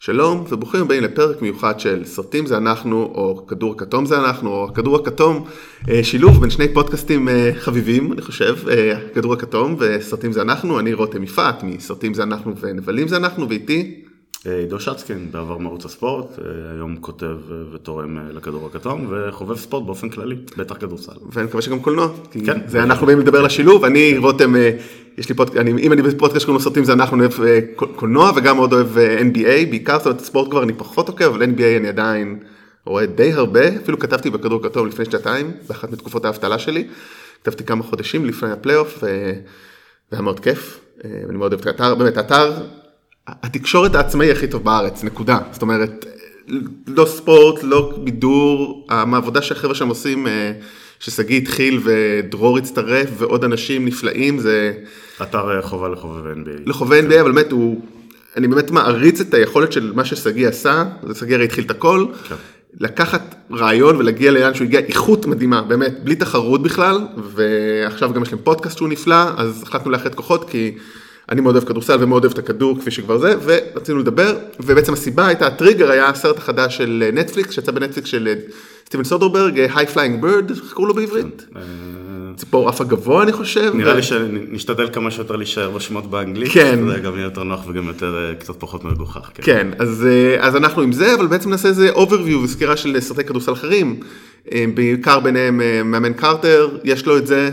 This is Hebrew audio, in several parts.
שלום וברוכים הבאים לפרק מיוחד של סרטים זה אנחנו, או כדור הכתום זה אנחנו, או הכדור הכתום, שילוב בין שני פודקאסטים חביבים, אני חושב, כדור הכתום וסרטים זה אנחנו. אני רותם יפעת מסרטים זה אנחנו ונבלים זה אנחנו, ואיתי עידו שצקין, בעבר מערוץ הספורט, היום כותב ותורם לכדור הכתום וחובב ספורט באופן כללי, בטח כדורסל. ואני מקווה שגם קולנוע, כן. זה אנחנו באים לדבר לשילוב. אני רותם, יש לי פודקאסט, אם אני בפודקאסט שקוראים לו סרטים זה אנחנו, אוהב קולנוע וגם מאוד אוהב NBA, בעיקר ספורט כבר אני פחות עוקב, אבל NBA אני עדיין רואה די הרבה, אפילו כתבתי בכדור הכתום לפני שנתיים, באחת מתקופות האבטלה שלי, כתבתי כמה חודשים לפני הפלייאוף, והיה מאוד כיף, ואני מאוד אוהב את האתר, באמת האתר, התקשורת העצמאי הכי טוב בארץ, נקודה. זאת אומרת, לא ספורט, לא בידור, העבודה שהחבר'ה שם עושים, שסגי התחיל ודרור הצטרף ועוד אנשים נפלאים, זה אתר חובה לחובב NBA. לחובב NBA, אבל באמת אני באמת מעריץ את היכולת של מה שסגי עשה, סגי הרי התחיל את הכל, לקחת רעיון ולהגיע לאן שהוא הגיע, איכות מדהימה, באמת, בלי תחרות בכלל, ועכשיו גם יש להם פודקאסט שהוא נפלא, אז החלטנו לאחד כוחות, כי אני מאוד אוהב כדורסל ומאוד אוהב את הכדור כפי שכבר זה, ורצינו לדבר, ובעצם הסיבה הייתה, הטריגר היה הסרט החדש של נטפליקס, שיצא בנטפליקס של סטיבן סודרברג, High Flying Bird, איך קראו לו בעברית? ציפור אף הגבוה אני חושב. נראה לי שנשתדל כמה שיותר להישאר בשמות באנגלית, זה גם יהיה יותר נוח וגם יותר קצת פחות מגוחך. כן, אז אנחנו עם זה, אבל בעצם נעשה איזה overview וסקירה של סרטי כדורסל אחרים, בעיקר ביניהם מאמן קרטר, יש לו את זה,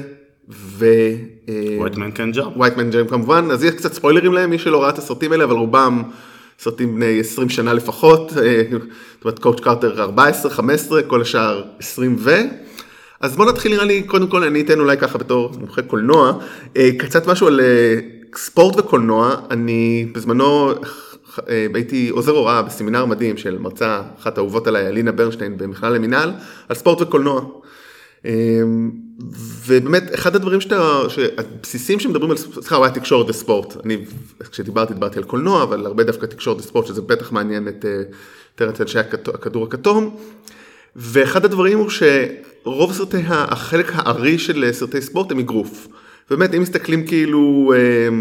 White Man Can Jump. White Man Jump כמובן, אז יש קצת ספוילרים להם, מי שלא ראה את הסרטים האלה, אבל רובם סרטים בני 20 שנה לפחות, זאת אומרת קואוצ' קרטר 14, 15, כל השאר 20 אז בוא נתחיל נראה לי, קודם כל אני אתן אולי ככה בתור מומחה קולנוע, קצת משהו על ספורט וקולנוע. אני בזמנו הייתי עוזר הוראה בסמינר מדהים של מרצה אחת האהובות עליי, אלינה ברנשטיין במכללה למינהל, על ספורט וקולנוע. ובאמת אחד הדברים שהבסיסים שמדברים על, סליחה, הוא היה תקשורת וספורט. אני כשדיברתי על קולנוע, אבל הרבה דווקא תקשורת וספורט, שזה בטח מעניין את תרצל שהיה הכדור הכתום. ואחד הדברים הוא שרוב סרטי, החלק הארי של סרטי ספורט הם אגרוף. באמת, אם מסתכלים כאילו,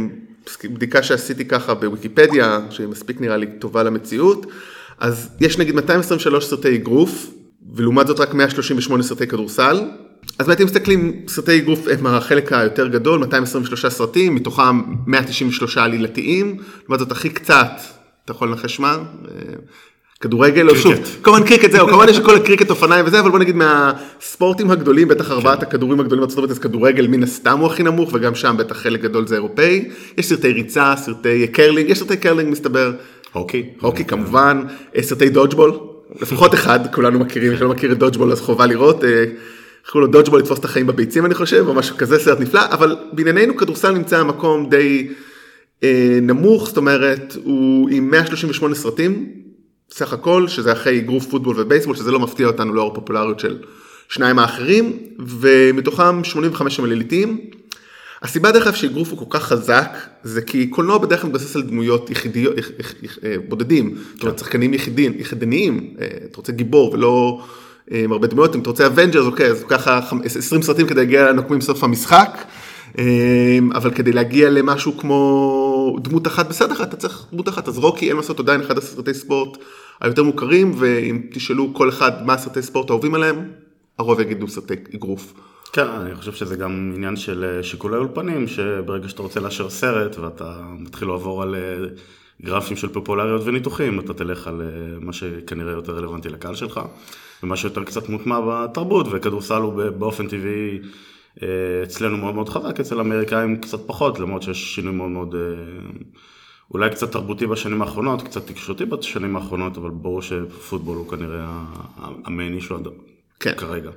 בדיקה שעשיתי ככה בוויקיפדיה, שהיא מספיק נראה לי טובה למציאות, אז יש נגיד 223 סרטי אגרוף, ולעומת זאת רק 138 סרטי כדורסל. אז באמת אם מסתכלים, סרטי אגרוף הם החלק היותר גדול, 223 סרטים, מתוכם 193 עלילתיים, לעומת זאת הכי קצת, אתה יכול לנחש מה? כדורגל או שוב, כמובן קריקט זהו, כמובן יש כל הקריקט אופניים וזה, אבל בוא נגיד מהספורטים הגדולים, בטח ארבעת הכדורים הגדולים בארצות הברית, אז כדורגל מן הסתם הוא הכי נמוך, וגם שם בטח חלק גדול זה אירופאי. יש סרטי ריצה, סרטי קרלינג, יש סרטי קרלינג מסתבר, הוקי כמובן, סרטי דודג'בול, לפחות אחד, כולנו מכירים, מי שלא מכיר את דודג'בול אז חובה לראות, קראו לו דודג'בול לתפוס את החיים בביצים אני חושב, או משהו כזה, סרט נפלא, אבל בענייננו כדורסל נמצא מקום די נמוך, זאת אומרת, הוא עם 138 סרטים, סך הכל, שזה אחרי אגרוף פוטבול ובייסבול, שזה לא מפתיע אותנו לאור הפופולריות של שניים האחרים, ומתוכם 85 עלילתיים. הסיבה דרך כלל שאגרוף הוא כל כך חזק, זה כי קולנוע בדרך כלל מתבסס על דמויות בודדים, זאת אומרת, שחקנים יחידניים, אתה רוצה גיבור ולא הרבה דמויות, אם אתה רוצה אבנג'רס, אוקיי, אז ככה 20 סרטים כדי להגיע לנוקמים סוף המשחק, אבל כדי להגיע למשהו כמו דמות אחת בסדר, אתה צריך דמות אחת, אז רוקי, אין מסות עדיין אחד הסרטי ספורט היותר מוכרים, ואם תשאלו כל אחד מה הסרטי ספורט האהובים עליהם, הרוב יגידו סרטי אגרוף. כן, אני חושב שזה גם עניין של שיקולי אולפנים, שברגע שאתה רוצה לאשר סרט, ואתה מתחיל לעבור על גרפים של פופולריות וניתוחים, אתה תלך על מה שכנראה יותר רלוונטי לקהל שלך, ומה שיותר קצת מוטמע בתרבות, וכדורסל הוא באופן טבעי אצלנו מאוד מאוד חזק, אצל האמריקאים קצת פחות, למרות שיש שינוי מאוד מאוד, אולי קצת תרבותי בשנים האחרונות, קצת תקשורתי בשנים האחרונות, אבל ברור שפוטבול הוא כנראה המיין אישו כרגע.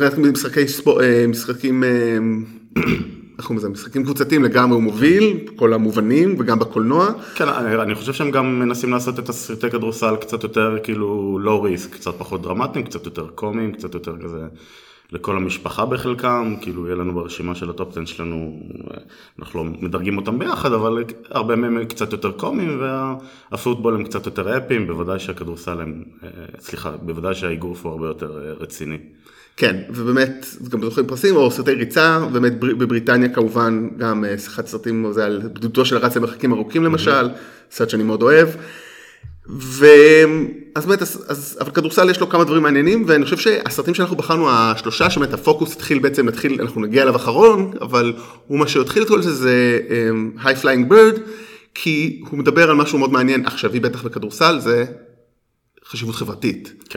משחקים קבוצתיים לגמרי הוא מוביל, כל המובנים וגם בקולנוע. כן, אני חושב שהם גם מנסים לעשות את הסרטי כדורסל קצת יותר כאילו לא ריסק, קצת פחות דרמטיים, קצת יותר קומיים, קצת יותר כזה לכל המשפחה בחלקם, כאילו יהיה לנו ברשימה של הטופ 10 שלנו, אנחנו לא מדרגים אותם ביחד, אבל הרבה מהם הם קצת יותר קומיים, והפוטבול הם קצת יותר אפיים, בוודאי שהכדורסל הם, בוודאי שהאגרוף הוא הרבה יותר רציני. כן, ובאמת, גם זוכים פרסים, או סרטי ריצה, באמת בבריטניה כמובן, גם אחד סרטים, זה על בדותו של הרץ למרחקים ארוכים למשל, סרט שאני מאוד אוהב. אז באמת, אבל כדורסל יש לו כמה דברים מעניינים, ואני חושב שהסרטים שאנחנו בחרנו, השלושה, שבאמת הפוקוס התחיל, אנחנו נגיע אליו אחרון, אבל הוא מה שהתחיל את כל זה High Flying Bird, כי הוא מדבר על משהו מאוד מעניין, עכשווי בטח בכדורסל, זה חשיבות חברתית. כן.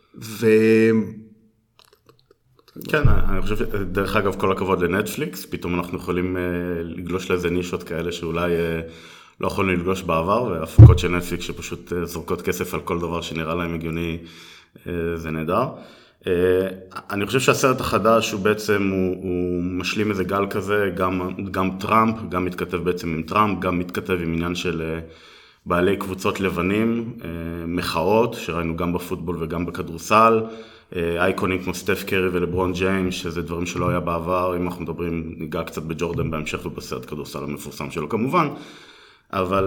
כן, אני חושב, דרך אגב, כל הכבוד לנטפליקס, פתאום אנחנו יכולים לגלוש לאיזה נישות כאלה שאולי לא יכולנו לגלוש בעבר, והפקות של נטפליקס שפשוט זורקות כסף על כל דבר שנראה להם הגיוני, זה נהדר. אני חושב שהסרט החדש הוא בעצם, הוא משלים איזה גל כזה, גם טראמפ, גם מתכתב בעצם עם טראמפ, גם מתכתב עם עניין של בעלי קבוצות לבנים, מחאות, שראינו גם בפוטבול וגם בכדורסל, אייקונים כמו סטף קרי ולברון ג'יימס, שזה דברים שלא היה בעבר, אם אנחנו מדברים, ניגע קצת בג'ורדן בהמשך ובסרט כדורסל המפורסם שלו כמובן, אבל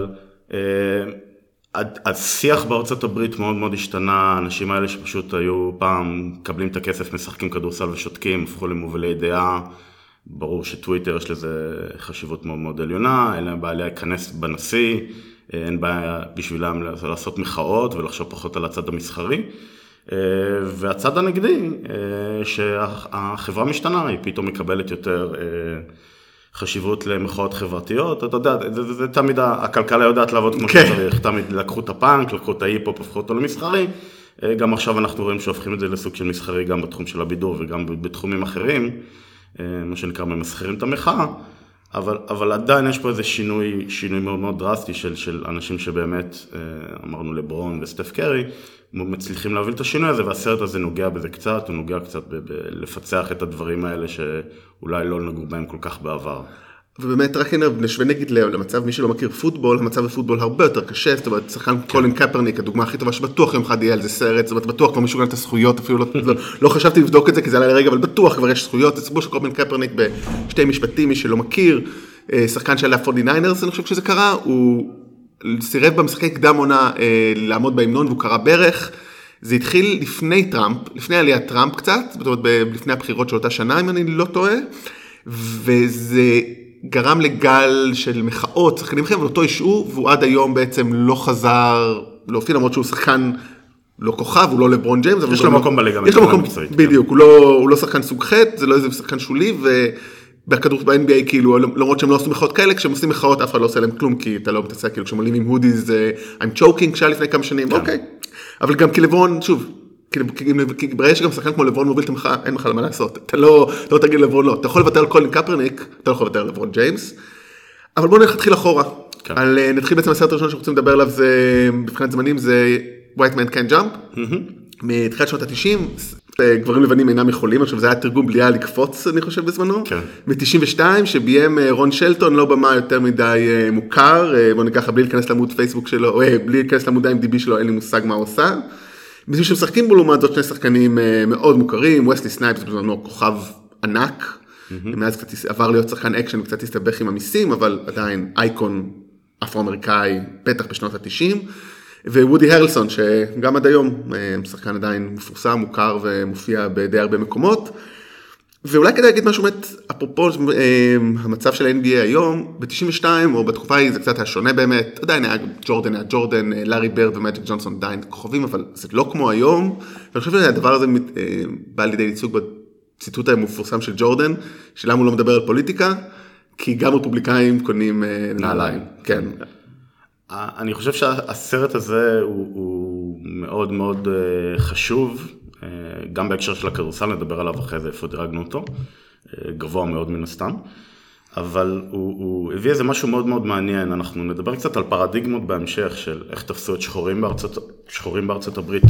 השיח בארצות הברית מאוד מאוד השתנה, האנשים האלה שפשוט היו פעם מקבלים את הכסף, משחקים כדורסל ושותקים, הפכו למובילי דעה, ברור שטוויטר יש לזה חשיבות מאוד מאוד עליונה, אין להם בעיה להיכנס בנשיא, אין בעיה בשבילם לעשות מחאות ולחשוב פחות על הצד המסחרי, והצד הנגדי, שהחברה משתנה, היא פתאום מקבלת יותר חשיבות למחאות חברתיות, אתה יודע, זה תמיד הכלכלה יודעת לעבוד כמו שצריך, תמיד לקחו את הפאנק, לקחו את ההיפ-הופ, הפכו אותו למסחרי, גם עכשיו אנחנו רואים שהופכים את זה לסוג של מסחרי, גם בתחום של הבידור וגם בתחומים אחרים, מה שנקרא ממסחרים את המחאה, אבל עדיין יש פה איזה שינוי מאוד מאוד דרסטי של אנשים שבאמת, אמרנו לברון וסטף קרי, מצליחים להוביל את השינוי הזה, והסרט הזה נוגע בזה קצת, הוא נוגע קצת לפצח את הדברים האלה שאולי לא נגעו בהם כל כך בעבר. ובאמת רק נשווה נגיד למצב, מי שלא מכיר פוטבול, המצב בפוטבול הרבה יותר קשה, זאת אומרת, שחקן קולין קפרניק, הדוגמה הכי טובה שבטוח יום אחד יהיה על זה סרט, זאת אומרת, בטוח כבר מישהו גן את הזכויות, אפילו לא חשבתי לבדוק את זה, כי זה עלה לרגע, אבל בטוח כבר יש זכויות, זה סיפור של קולין קפרניק בשתי משפטים, מי שלא מכיר, שחקן שעלה 49ers, אני חושב שזה קרה, הוא סירב במשחקי קדם עונה לעמוד בהמנון, והוא קרא ברך, זה התחיל לפני טראמפ, לפני עליית טראמפ קצת, זאת אומרת, לפני הבחירות של אותה שנה, אם אני לא טועה, וזה גרם לגל של מחאות, שחקנים אחרים, אבל אותו אישור, והוא עד היום בעצם לא חזר להופיע, למרות שהוא שחקן לא כוכב, הוא לא לברון ג'יימס. יש לו מקום בליגה. יש לו מקום, בדיוק, הוא לא שחקן סוג ח', זה לא איזה שחקן שולי, ובכדור ב-NBA כאילו, למרות שהם לא עשו מחאות כאלה, כשהם עושים מחאות, אף אחד לא עושה להם כלום, כי אתה לא מתעסק, כאילו, כשהם עולים עם הודיז, I'm choking, כשהיה לפני כמה שנים, אוקיי. אבל גם כי לברון, שוב, כי ברגע שגם שחקן כמו לברון מוביל את המחאה, אין מחאה למה לעשות. אתה לא תגיד לברון לא. אתה יכול לוותר על קולין קפרניק, אתה לא יכול לוותר על לברון ג'יימס. אבל בואו נתחיל אחורה. נתחיל בעצם הסרט הראשון שאנחנו רוצים לדבר עליו, זה, מבחינת זמנים, זה White Man Can't Jump. מתחילת שנות ה-90, גברים לבנים אינם יכולים, עכשיו זה היה תרגום בלי לקפוץ, אני חושב, בזמנו. מ-92, שביים רון שלטון, לא במה יותר מדי מוכר, בואו ניקח, בלי להיכנס לעמוד פייסבוק שלו, בלי להיכנס לעמוד IMDb שלו, אין לי מושג מה הוא עושה. בשביל שמשחקים בו לעומת זאת שני שחקנים מאוד מוכרים, וסלי סנייפס בזמנו כוכב ענק, מאז קצת עבר להיות שחקן אקשן וקצת הסתבך עם המיסים, אבל עדיין אייקון אפרו-אמריקאי, בטח בשנות ה-90, ווודי הרלסון שגם עד היום שחקן עדיין מפורסם, מוכר ומופיע בדי הרבה מקומות, ואולי כדאי להגיד משהו באמת, אפרופו המצב של ה-NBA היום, ב-92 או בתקופה ההיא זה קצת היה שונה באמת, עדיין היה ג'ורדן, לארי ברד ומג'יק ג'ונסון עדיין כוכבים, אבל זה לא כמו היום, ואני חושב שהדבר הזה בא לידי ייצוג בציטוט המפורסם של ג'ורדן, שלמה הוא לא מדבר על פוליטיקה, כי גם רפובליקאים קונים נעליים. כן. אני חושב שהסרט הזה הוא מאוד מאוד חשוב, גם בהקשר של הכדורסל, נדבר עליו אחרי זה, איפה דירגנו אותו, גבוה מאוד מן הסתם, אבל הוא הביא איזה משהו מאוד מאוד מעניין, אנחנו נדבר קצת על פרדיגמות בהמשך, של איך תפסו את שחורים בארצות הברית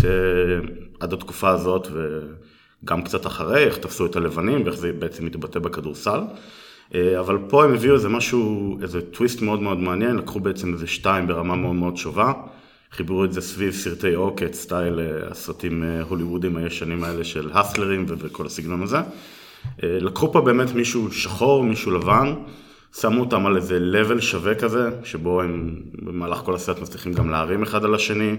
עד התקופה הזאת, וגם קצת אחרי, איך תפסו את הלבנים, ואיך זה בעצם מתבטא בכדורסל, אבל פה הם הביאו איזה משהו, איזה טוויסט מאוד מאוד מעניין, לקחו בעצם איזה 2 ברמה מאוד מאוד שובה, חיברו את זה סביב סרטי עוקץ, סטייל הסרטים הוליוודים הישנים האלה של הסלרים וכל הסגנון הזה. לקחו פה באמת מישהו שחור, מישהו לבן, שמו אותם על איזה לבל שווה כזה, שבו הם במהלך כל הסרט מצליחים גם להרים אחד על השני,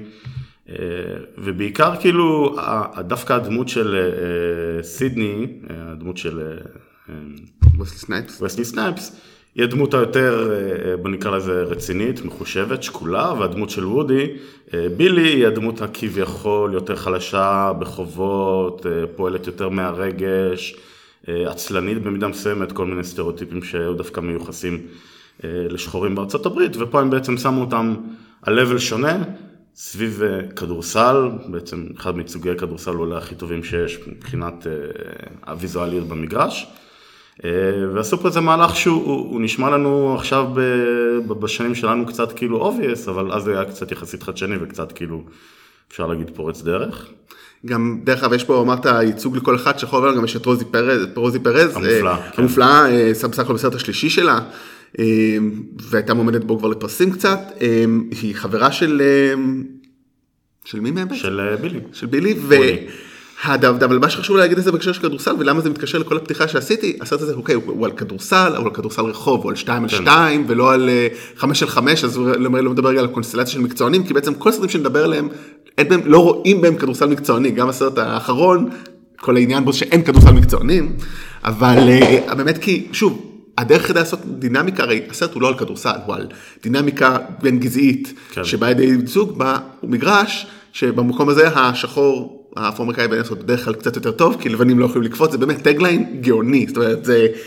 ובעיקר כאילו דווקא הדמות של סידני, הדמות של וסלי סנייפס, היא היא הדמות היותר, בוא נקרא לזה רצינית, מחושבת, שקולה, והדמות של וודי, בילי היא הדמות הכביכול יותר חלשה בחובות, פועלת יותר מהרגש, עצלנית במידה מסוימת, כל מיני סטריאוטיפים שהיו דווקא מיוחסים לשחורים בארצות הברית, ופה הם בעצם שמו אותם על לבל שונה, סביב כדורסל, בעצם אחד מסוגי הכדורסל אולי הכי טובים שיש מבחינת הוויזואליות במגרש, ועשו פה איזה מהלך שהוא נשמע לנו עכשיו בשנים שלנו קצת כאילו obvious, אבל אז זה היה קצת יחסית חדשני וקצת כאילו אפשר להגיד פורץ דרך. גם דרך אגב יש פה, אמרת, ייצוג לכל אחד, שחור ולגם יש את רוזי פרז, המופלאה, בסך הכל בסרט השלישי שלה, והייתה מועמדת בו כבר לפרסים קצת, היא חברה של מי מהם? של בילי. של בילי, אבל מה שחשוב להגיד את זה בהקשר של כדורסל, ולמה זה מתקשר לכל הפתיחה שעשיתי, הסרט הזה, אוקיי, הוא על כדורסל, אבל על כדורסל רחוב, הוא על 2-2, ולא על 5-5, אז הוא לא מדבר על הקונסטלציה של מקצוענים, כי בעצם כל סרטים שנדבר עליהם, לא רואים בהם כדורסל מקצועני, גם הסרט האחרון, כל העניין בו שאין כדורסל מקצוענים, אבל באמת כי, שוב, הדרך כדי לעשות דינמיקה, הרי הסרט הוא לא על כדורסל, הוא על דינמיקה בין גזעית, שבה ידי ייצוג בה הוא מגרש, שבמקום הזה השחור, האפרו-אמריקאי בין לעשות בדרך כלל קצת יותר טוב, כי לבנים לא יכולים לקפוץ, זה באמת טגליין גאוני, זאת אומרת,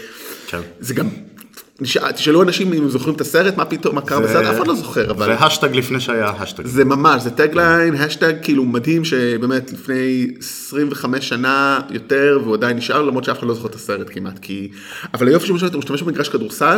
זה גם, תשאלו אנשים אם זוכרים את הסרט, מה פתאום, מה קרה בסרט, אף אחד לא זוכר, אבל... זה השטג לפני שהיה השטג. זה ממש, זה טגליין, השטג כאילו מדהים, שבאמת לפני 25 שנה יותר, והוא עדיין נשאר, למרות שאף אחד לא זוכר את הסרט כמעט, כי... אבל היופי שהוא משתמש במגרש כדורסל,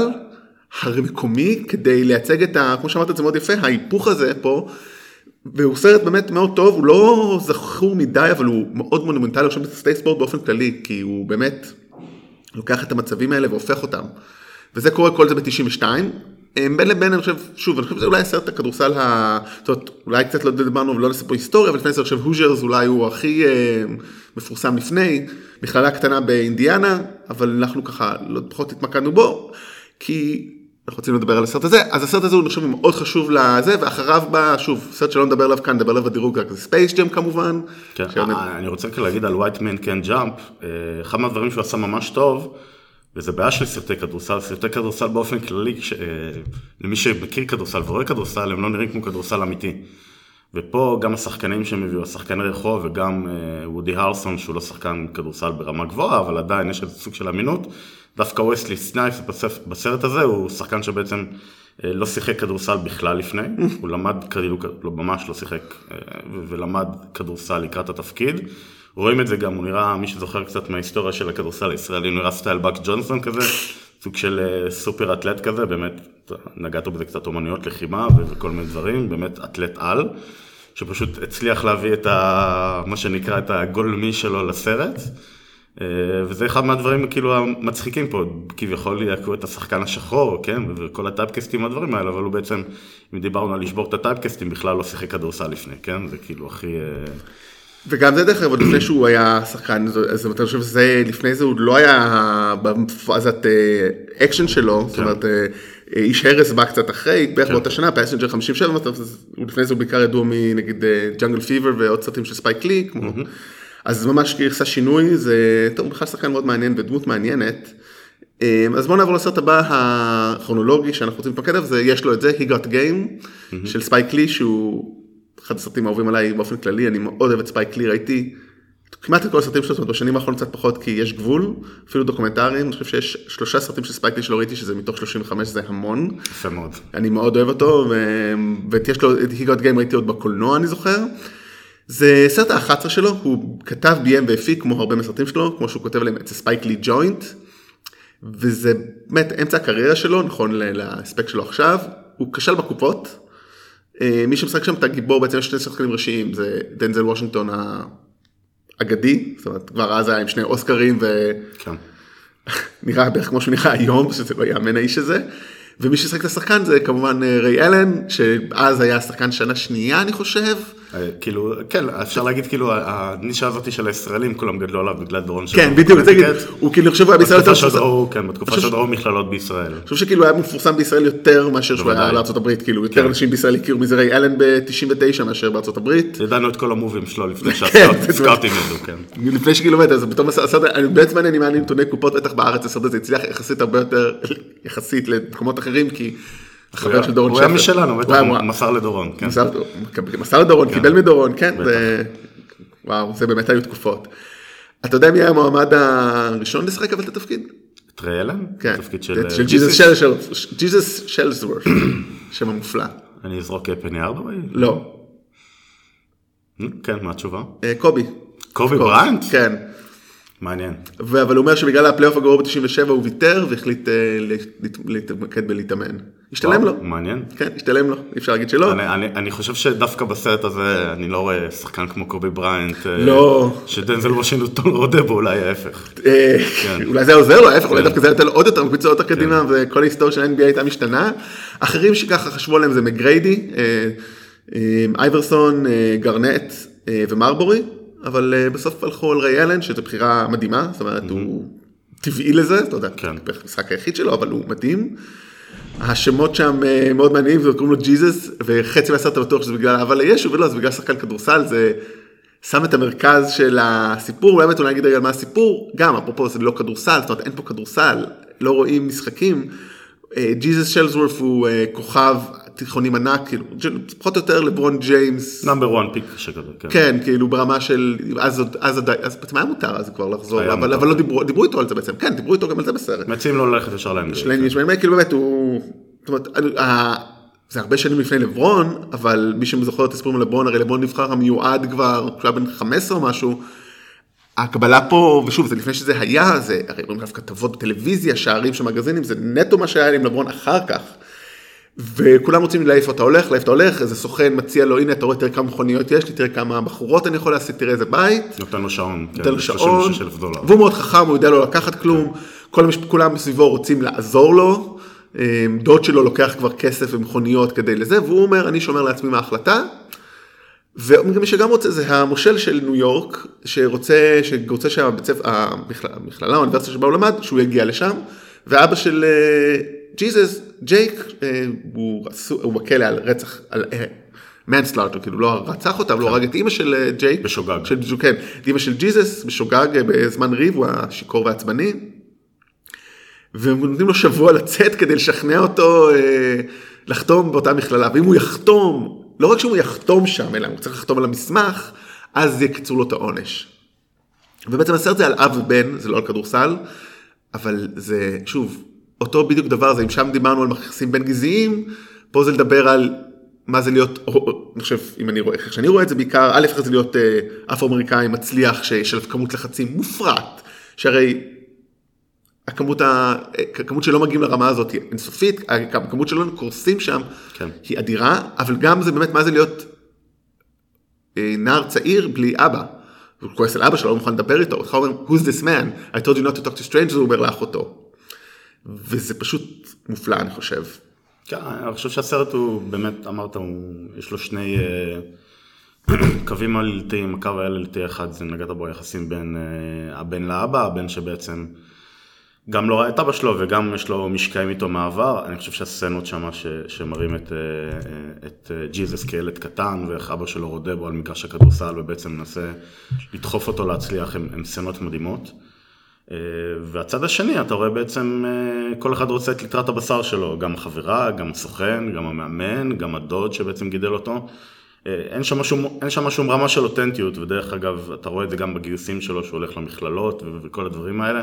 המקומי, כדי לייצג את כמו שאמרת את זה מאוד יפה, ההיפוך הזה פה, והוא סרט באמת מאוד טוב, הוא לא זכור מדי, אבל הוא מאוד מונומנטלי, עכשיו בסטייט ספורט באופן כללי, כי הוא באמת לוקח את המצבים האלה והופך אותם. וזה קורה כל זה ב-92. בין לבין, אני חושב, שוב, אני חושב שזה אולי סרט הכדורסל, זאת אומרת, אולי קצת לא דיברנו ולא נספר היסטוריה, אבל לפני זה, אני חושב, הוז'רס אולי הוא הכי מפורסם לפני, מכללה קטנה באינדיאנה, אבל אנחנו ככה לא פחות התמקדנו בו, כי אנחנו רוצים לדבר על הסרט הזה, אז הסרט הזה הוא נחשב מאוד חשוב לזה, ואחריו בא, שוב, סרט שלא נדבר עליו כאן, נדבר עליו בדירוג, זה ספייס ג'ם כמובן. כן, אני רוצה להגיד על White Man Can't Jump, אחד מהדברים שהוא עשה ממש טוב, וזה בעיה של סרטי כדורסל, סרטי כדורסל באופן כללי, למי שמכיר כדורסל ורואה כדורסל, הם לא נראים כמו כדורסל אמיתי. ופה גם השחקנים שהם הביאו, השחקני רחוב, וגם וודי הרסון, שהוא לא שחקן כדורסל ברמה גבוהה, אבל עדיין יש איזה סוג של אמינות, דווקא וויסלי סנייפס בסרט הזה, הוא שחקן שבעצם לא שיחק כדורסל בכלל לפני, הוא למד, ממש לא שיחק, ולמד כדורסל לקראת התפקיד, רואים את זה גם, הוא נראה, מי שזוכר קצת מההיסטוריה של הכדורסל הישראלי, הוא נראה סטייל בק ג'ונסון כזה, סוג של סופר אתלט כזה, באמת נגעתו בזה קצת אומנויות לחימה וכל מיני דברים, באמת אתלט על, שפשוט הצליח להביא את מה שנקרא את הגולמי שלו לסרט, וזה אחד מהדברים כאילו המצחיקים פה, כביכול יקרו את השחקן השחור, כן, וכל הטייפקסטים הדברים האלה, אבל הוא בעצם, אם דיברנו על לשבור את הטייפקסטים, בכלל לא שיחק כדורסל לפני, כן, זה כאילו הכי... וגם זה דרך כלל, לפני שהוא היה שחקן, אז אתה חושב שזה, לפני זה הוא לא היה בפאזת אקשן שלו, זאת אומרת, איש הרס בא קצת אחרי, בערך באותה שנה, פסנג'ר 57, לפני זה הוא בעיקר ידוע מנגיד ג'אנגל פיבר ועוד סרטים של ספייק לי, אז ממש עשה שינוי, זה טוב, בכלל שחקן מאוד מעניין ודמות מעניינת, אז בואו נעבור לסרט הבא הכרונולוגי שאנחנו רוצים להתמקד עליו, יש לו את זה, He Got Game, של ספייק לי, שהוא אחד הסרטים האהובים עליי באופן כללי, אני מאוד אוהב את ספייק לי, ראיתי כמעט את כל הסרטים שלו, בשנים האחרונות קצת פחות, כי יש גבול, אפילו דוקומנטריים, אני חושב שיש 3 סרטים של ספייק לי שלא ראיתי, שזה מתוך 35, זה המון. יפה מאוד. אני מאוד אוהב אותו, ויש לו, את He Got Game ראיתי עוד בקולנוע, אני זוכר. זה סרט ה-11 שלו, הוא כתב, ביים והפיק, כמו הרבה מסרטים שלו, כמו שהוא כותב להם, את ספייק לי ג'וינט, וזה באמת אמצע הקריירה שלו, נכון להספק שלו עכשיו, הוא כשל בקופות, מי שמשחק שם את הגיבור, בעצם יש 2 שחקנים ראשיים, זה דנזל וושינגטון האגדי, זאת אומרת, כבר אז היה עם 2 אוסקרים, ונראה בערך כמו שהוא נראה היום, שזה לא יאמן האיש הזה, ומי ששחק את השחקן זה כמובן ריי אלן, שאז היה שחקן שנה שנייה, אני חושב. כאילו, כן, אפשר להגיד כאילו, הנישה הזאת של הישראלים, כולם גדלו עליו בגלל דורון כן, בדיוק, הוא כאילו חושב היה בישראל יותר מפורסם. כן, בתקופה שדרו מכללות בישראל. אני חושב שכאילו היה מפורסם בישראל יותר מאשר שהוא היה בארצות הברית, כאילו יותר אנשים בישראל הכירו מזה ריי אלן ב-99 מאשר בארצות הברית. ידענו את כל המובים שלו לפני שהסקאוטים ידעו, כן. לפני שקילומטר, אז פתאום בעצם אני מעניין נתוני קופות בטח בארץ, הסרט הזה הצליח יחסית הרבה יותר, יחסית למקומות אחרים, כי החבר של דורון שפר. הוא היה משלנו, בטח מסר לדורון, כן. מסר לדורון, קיבל מדורון, כן. וואו, זה באמת היו תקופות. אתה יודע מי היה המועמד הראשון לשחק אבל את התפקיד? את ריי אלן? כן. תפקיד של ג'יזוס שלסוורת', שם המופלא. אני אזרוק פני ארדווי? לא. כן, מה התשובה? קובי. קובי בריינט? כן. מעניין. אבל הוא אומר שבגלל הפלייאוף הגרוע ב-97 הוא ויתר והחליט להתמקד בלהתאמן. השתלם לו. מעניין. כן, השתלם לו, אי אפשר להגיד שלא. אני חושב שדווקא בסרט הזה אני לא רואה שחקן כמו קובי בריינט. לא. שדנזל וושינגטון רודה בו, אולי ההפך. אולי זה עוזר לו, ההפך, אולי דווקא זה יותר עוד יותר מקפיץ יותר קדימה, וכל ההיסטוריה של ה-NBA הייתה משתנה. אחרים שככה חשבו עליהם זה מגריידי, אייברסון, גרנט ומרבורי. אבל בסוף הלכו על ריי אלן, שזו בחירה מדהימה, זאת אומרת, הוא טבעי לזה, אתה יודע, המשחק היחיד שלו, אבל הוא מדהים. השמות שם מאוד מעניינים, וקוראים לו ג'יזוס, וחצי מהסרט בטוח שזה בגלל אהבה לישו, ולא, זה בגלל שחקן כדורסל, זה שם את המרכז של הסיפור, באמת אולי נגיד רגע על מה הסיפור, גם, אפרופו זה לא כדורסל, זאת אומרת, אין פה כדורסל, לא רואים משחקים, ג'יזוס שלסוורת' הוא כוכב תיכונים ענק, כאילו, פחות או יותר לברון ג'יימס. נאמבר 1 פיק שכזה, כן. כן, כאילו ברמה של, אז בעצם היה מותר אז כבר לחזור, אבל לא דיברו איתו על זה בעצם, כן, דיברו איתו גם על זה בסרט. מציעים לו ללכת ישר להם. כאילו באמת הוא, זאת אומרת, זה הרבה שנים לפני לברון, אבל מי שמזוכר את הסיפורים על לברון, הרי לברון נבחר המיועד כבר, כשהיה בן 15 או משהו, הקבלה פה, ושוב, זה לפני שזה היה, זה הרי רואים כתב כתבות בטלוויזיה, שערים של מגזינים, זה נטו מה שהיה עם לברון אחר כך. וכולם רוצים להעיף אותה הולך, איזה סוכן מציע לו, הנה, אתה רואה, תראה כמה מכוניות יש לי, תראה כמה בחורות אני יכול לעשות, תראה איזה בית. נותן לו שעון, נותן לו שעון, והוא מאוד חכם, הוא יודע לו לקחת כלום, כולם מסביבו רוצים לעזור לו, דוד שלו לוקח כבר כסף ומכוניות כדי לזה, והוא אומר, אני שומר לעצמי מההחלטה, ומי שגם רוצה, זה המושל של ניו יורק, שרוצה שהמכללה, האוניברסיטה שבה הוא למד, שהוא יגיע לשם, ואבא של ג'יזוס, ג'ייק, הוא בכלא על רצח, על מנסלארטר, כאילו לא רצח אותה, אבל הוא הרג את אמא של ג'ייק. בשוגג. כן, את אמא של ג'יזוס, בשוגג, בזמן ריב, הוא השיקור והעצבני. והם נותנים לו שבוע לצאת כדי לשכנע אותו לחתום באותה מכללה. ואם הוא יחתום, לא רק שהוא יחתום שם, אלא הוא צריך לחתום על המסמך, אז יקצרו לו את העונש. ובעצם הסרט זה על אב ובן, זה לא על כדורסל, אבל זה, שוב, אותו בדיוק דבר, זה אם שם דיברנו על מכסים בין גזעיים, פה זה לדבר על מה זה להיות, אני חושב, איך שאני רואה את זה בעיקר, א' איך זה להיות אפרו-אמריקאי מצליח, שיש עליו כמות לחצים מופרט, שהרי הכמות שלא מגיעים לרמה הזאת היא אינסופית, הכמות שלא קורסים שם היא אדירה, אבל גם זה באמת מה זה להיות נער צעיר בלי אבא. הוא כועס על אבא שלו, הוא מוכן לדבר איתו, הוא אומר, who's this man? I told you not to talk to strangers, הוא אומר לאחותו. וזה פשוט מופלא, אני חושב. כן, אני חושב שהסרט הוא באמת, אמרת, יש לו שני קווים עלילתיים, הקו העלילתי אחד, זה נגעת בו יחסים בין הבן לאבא, הבן שבעצם גם לא ראה את אבא שלו וגם יש לו משקעים איתו מעבר. אני חושב שהסצנות שמה שמראים את ג'יזוס כילד קטן ואיך אבא שלו רודה בו על מגרש הכדורסל ובעצם מנסה לדחוף אותו להצליח, הם סצנות מדהימות. והצד השני, אתה רואה בעצם כל אחד רוצה את ליטרת הבשר שלו, גם החברה, גם הסוכן, גם המאמן, גם הדוד שבעצם גידל אותו. אין שם שום רמה של אותנטיות, ודרך אגב, אתה רואה את זה גם בגיוסים שלו, שהוא הולך למכללות וכל הדברים האלה.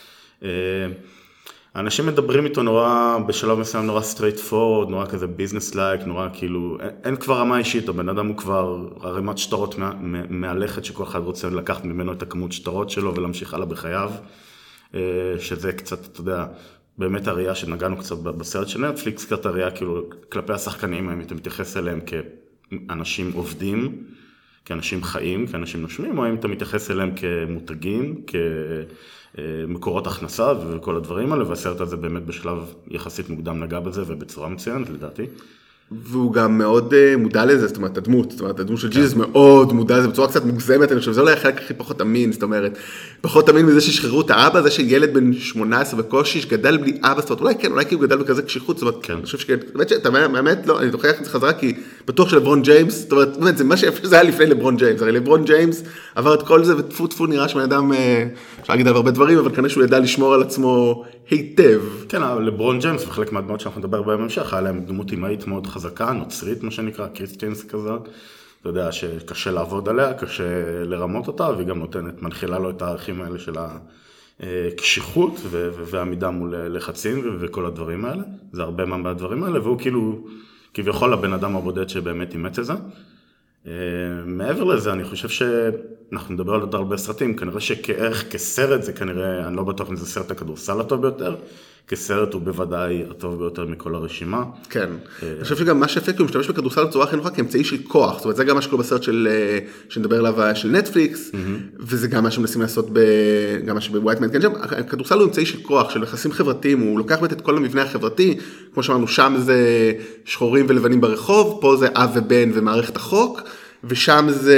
אנשים מדברים איתו נורא, בשלב מסוים נורא straight forward, נורא כזה business like, נורא כאילו, אין כבר רמה אישית, הבן אדם הוא כבר ערימת שטרות מהלכת שכל אחד רוצה לקחת ממנו את הכמות שטרות שלו ולהמשיך הלאה בחייו, שזה קצת, אתה יודע, באמת הראייה שנגענו קצת בסרט של נטפליקס, קצת הראייה כאילו כלפי השחקנים, אם אתה מתייחס אליהם כאנשים עובדים, כאנשים חיים, כאנשים נושמים, או אם אתה מתייחס אליהם כמותגים, כמקורות הכנסה וכל הדברים האלה, והסרט הזה באמת בשלב יחסית מוקדם נגע בזה, ובצורה מצוינת לדעתי. והוא גם מאוד מודע לזה, זאת אומרת, הדמות של ג'יזוס מאוד מודע לזה, בצורה קצת מוגזמת, אני חושב, זה אולי החלק הכי פחות אמין, זאת אומרת, פחות אמין מזה ששחררו את האבא, זה שילד בן 18 בקושי, שגדל בלי אבא, זאת אומרת, אולי כן, אולי כי הוא גדל בכזה קשיחות, זאת אומרת, אני חושב שאתה באמת לא, אני תוכיח את זה חזרה, כי בטוח שלברון ג'יימס, זאת אומרת, באמת, זה מה שזה היה לפני לברון ג'יימס, הרי לברון ג'יימס עבר את כל זה, וטפו טפו נראה שבן אדם, אפשר להגיד על הרבה דברים, אבל כנראה שהוא ידע לשמור על עצמו היטב. כן, לברון ג'יימס וחלק מהדמות שאנחנו נדבר בהם המשך, היה להם דמות אימהית מאוד חזקה, נוצרית מה שנקרא, קריסטיאנס כזאת, אתה יודע שקשה לעבוד עליה, קשה לרמות אותה, והיא גם נותנת, מנחילה לו את הערכים האלה של הקשיחות והעמידה מול לחצים וכל הדברים האלה, זה הרבה מהדברים האלה, והוא כאילו, כביכול הבן אדם הבודד שבאמת אימץ את זה. מעבר לזה, אני חושב שאנחנו נדבר על עוד הרבה סרטים, כנראה שכערך כסרט זה כנראה, אני לא בטוח אם זה סרט הכדורסל הטוב ביותר, כסרט הוא בוודאי הטוב ביותר מכל הרשימה. כן, אני חושב שגם מה שאפקט הוא משתמש בכדורסל בצורה הכי נוחה כאמצעי של כוח, זאת אומרת זה גם מה שקורה בסרט שנדבר עליו של נטפליקס, וזה גם מה שמנסים לעשות גם מה שבווייטמן, כן, הכדורסל הוא אמצעי של כוח, של יחסים חברתיים, הוא לוקח את כל המבנה החברתי, כמו שאמרנו, שם זה שחורים ולבנים ברחוב, פה זה אב ובן ומערכת החוק, ושם זה,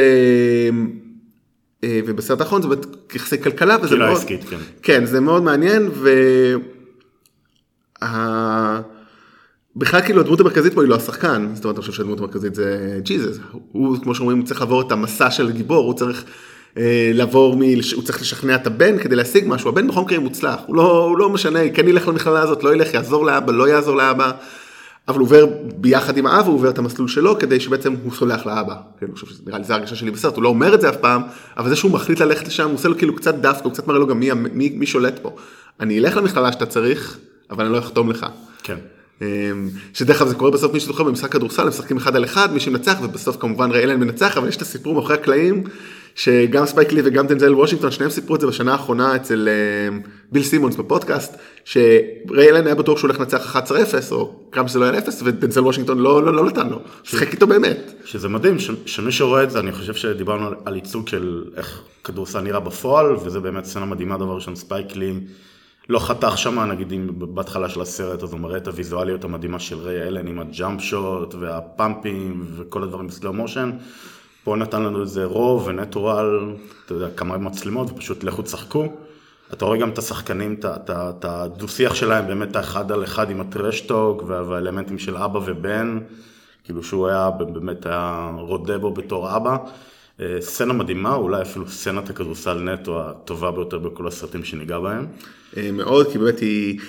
ובסרט האחרון זה יחסי כלכלה, וזה מאוד, כן, זה מאוד מעניין, בכלל כאילו הדמות המרכזית פה היא לא השחקן, זאת אומרת אני חושב שהדמות המרכזית זה ג'יזוס, הוא כמו שאומרים צריך לעבור את המסע של גיבור, הוא צריך הוא צריך לשכנע את הבן כדי להשיג משהו, הבן בכל מקרה מוצלח, הוא לא משנה, כן ילך למכללה הזאת, לא ילך, יעזור לאבא, לא יעזור לאבא, אבל הוא עובר ביחד עם האבא, הוא עובר את המסלול שלו כדי שבעצם הוא סולח לאבא, אני חושב שנראה לי זה הרגשה שלי בסרט, הוא לא אומר את זה אף פעם, אבל זה שהוא מחליט ללכת לשם, הוא עושה לו כאילו קצת דווקא, הוא קצת מראה לו גם מי שולט פה, אני אלך למכללה שאתה צריך, אבל אני לא אחתום לך. כן. שדרך כלל זה קורה בסוף מי שזוכר במשחק כדורסל, הם משחקים אחד על אחד, מי שמנצח, ובסוף כמובן ריי אלן מנצח, אבל יש את הסיפור מאחורי הקלעים, שגם ספייק לי וגם דנזל וושינגטון, שניהם סיפרו את זה בשנה האחרונה אצל ביל סימונס בפודקאסט, שריי אלן היה בטוח שהוא הולך לנצח 11-0, או כמה שזה לא היה 0, ודנזל וושינגטון לא נתן לו, שחק איתו באמת. שזה מדהים, שמי שרואה את זה, אני חושב שדיברנו על ייצוג של איך כדורסל נראה בפועל, וזה באמת סצנה מדהימה, דבר ראשון ספייק לי, לא חתך שמה, נגיד אם בהתחלה של הסרט, אז הוא מראה את הוויזואליות המדהימה של ריי אלן עם הג'אמפ שוט והפאמפים וכל הדברים בסלו מושן. פה נתן לנו איזה רוב ונטורל, אתה יודע, כמה מצלמות ופשוט לכו תשחקו. אתה רואה גם את השחקנים, את הדו-שיח שלהם, באמת האחד על אחד עם הטרשטוק והאלמנטים של אבא ובן, כאילו שהוא היה באמת רודה בו בתור אבא. סצנה מדהימה, אולי אפילו סצנת הכדורסל נטו הטובה ביותר בכל הסרטים שניגע בהם. מאוד, כי באמת היא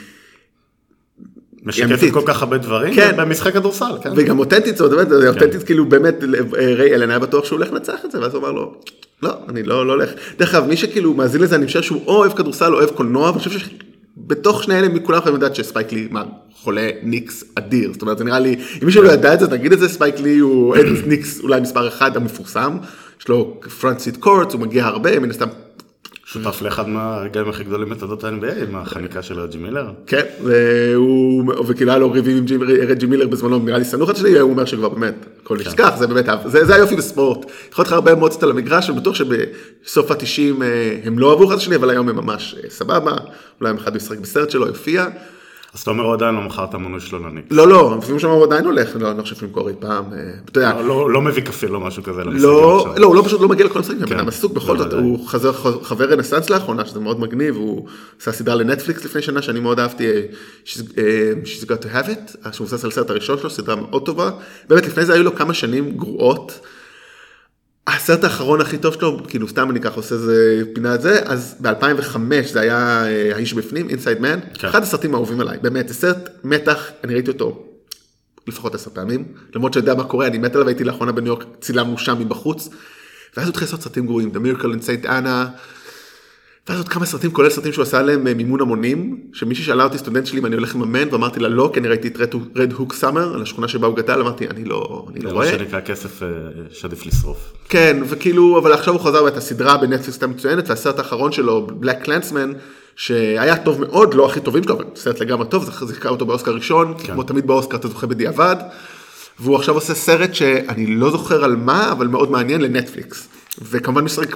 משקפת כל כך הרבה דברים, כן. במשחק כדורסל. כן. וגם אותנטית, זאת אומרת, כן. אותנטית כאילו באמת, ריי אלן היה בטוח שהוא הולך לנצח את זה, ואז הוא אמר לו, לא, אני לא הולך. דרך אגב, מי שכאילו מאזין לזה, אני חושב שהוא או אוהב כדורסל או אוהב קולנוע, ואני חושב שבתוך שני אלה מכולם יכולים לדעת שספייק לי, חולה ניקס אדיר, זאת אומרת, זה נראה לי, אם מישהו לא ידע את זה, נגיד את זה, ספייק לי הוא ניקס אולי מספר אחד המפורסם, יש לו front seat courts, הוא מגיע הרבה, מן הסתם. שותף לאחד מהרגעים הכי גדולים בתולדות ה-NBA, עם החניקה של רג'י מילר. כן, וכאילו היה לו ריבים עם רג'י מילר בזמנו, נראה לי סנוח שלי, הוא אומר שכבר באמת, הכל נשכח, זה באמת, זה היופי בספורט. יכול להיות לך הרבה אמוציות על המגרש, ובטוח שבסוף ה-90 הם לא אהבו אחד השני, אבל היום הם ממש סבבה, אולי אחד משחק בסרט שלו, יופיע. אז אתה אומר, הוא עדיין לא מכר את המונוי שלו לניקס. לא, לפעמים שם הוא עדיין הולך, אני חושב למכור אי פעם. לא מביא קפה, לא משהו כזה. לא, הוא פשוט לא מגיע לכל המשחקים, הבן אדם עסוק בכל זאת, הוא חבר רנסנס לאחרונה, שזה מאוד מגניב, הוא עשה סדרה לנטפליקס לפני שנה, שאני מאוד אהבתי, She's Got to Have It, שהוא עושה על הסרט הראשון שלו, סדרה מאוד טובה, באמת לפני זה היו לו כמה שנים גרועות, הסרט האחרון הכי טוב שלו, כאילו סתם אני ככה עושה איזה פינה את זה, אז ב-2005 זה היה האיש בפנים, Inside Man, אחד הסרטים האהובים עליי, באמת, סרט מתח, אני ראיתי אותו לפחות 10 פעמים, למרות שיודע מה קורה, אני מת עליו, הייתי לאחרונה בניו יורק, צילמנו שם מבחוץ, ואז הוא התחיל לעשות סרטים גרועים, The Miracle in St. Anna, ואז עוד כמה סרטים, כולל סרטים שהוא עשה להם מימון המונים, שמישהי שאלה אותי, סטודנט שלי, אם אני הולך לממן, ואמרתי לה לא, כי אני ראיתי את Red Hook Summer, על השכונה שבה הוא גדל, אמרתי, אני לא רואה. זה שנקרא כסף שעדיף לשרוף. כן, וכאילו, אבל עכשיו הוא חזר את הסדרה בנטפליקס הייתה מצוינת, והסרט האחרון שלו, Black Klansman, שהיה טוב מאוד, לא הכי טובים שלו, אבל סרט לגמרי טוב, זה זיכה אותו באוסקר ראשון, כמו תמיד באוסקר אתה זוכה בדיעבד, והוא עכשיו עושה סרט שאני לא זוכר על מה, אבל מאוד מעניין לנטפליקס. וכמובן משחק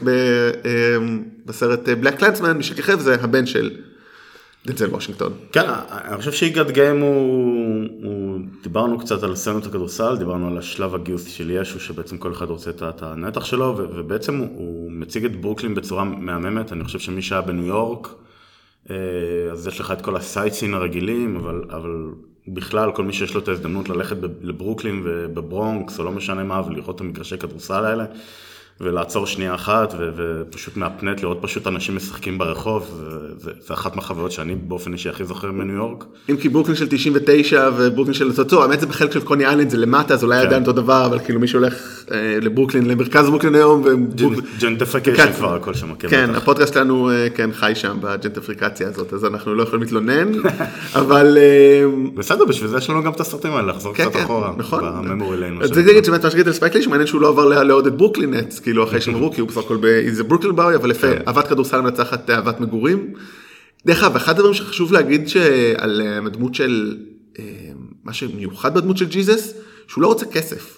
בסרט בלק קלנסמן, מי שכיכב זה הבן של דנזל וושינגטון. כן, אני חושב שאיגד גיים הוא דיברנו קצת על סצנות הכדורסל, דיברנו על השלב הגיוס של ישו, שבעצם כל אחד רוצה את הנתח שלו, ובעצם הוא מציג את ברוקלין בצורה מהממת. אני חושב שמי שהיה בניו יורק, אז יש לך את כל הסייטסין הרגילים, אבל בכלל כל מי שיש לו את ההזדמנות ללכת לברוקלין ובברונקס, או לא משנה מה, ולראות את המגרשי כדורסל האלה, ולעצור שנייה אחת, ופשוט מהפנט לראות פשוט אנשים משחקים ברחוב, זה אחת מהחוויות שאני באופן אישי הכי זוכר מניו יורק. אם כי ברוקלין של 99 וברוקלין של צוצו, האמת זה בחלק של קוני איילנד, זה למטה, אז אולי עדיין אותו דבר, אבל כאילו מי שהולך לברוקלין, למרכז ברוקלין היום, ג'נטפיקיישן כבר הכל שם. כן, הפודקאסט שלנו חי שם בג'נטפיקציה הזאת, אז אנחנו לא יכולים להתלונן, אבל... בסדר, בשביל זה יש לנו גם את הסרטים האלה, לחזור קצת אחורה, בממורי לינו. זה להגיד שבאמת מה שגיד על ספייק לי, שמעניין שהוא לא עבר לעוד את ברוקלין נץ, כאילו אחרי שהם אמרו, כי הוא בסך הכל באיזה ברוקלין באוי, אבל יפה, אהבת כדורסל מנצחת אהבת מגורים. דרך אגב, אחד הדברים שחשוב להגיד על הדמות של, מה שמיוחד בדמות של ג'יזוס, שהוא לא רוצה כסף.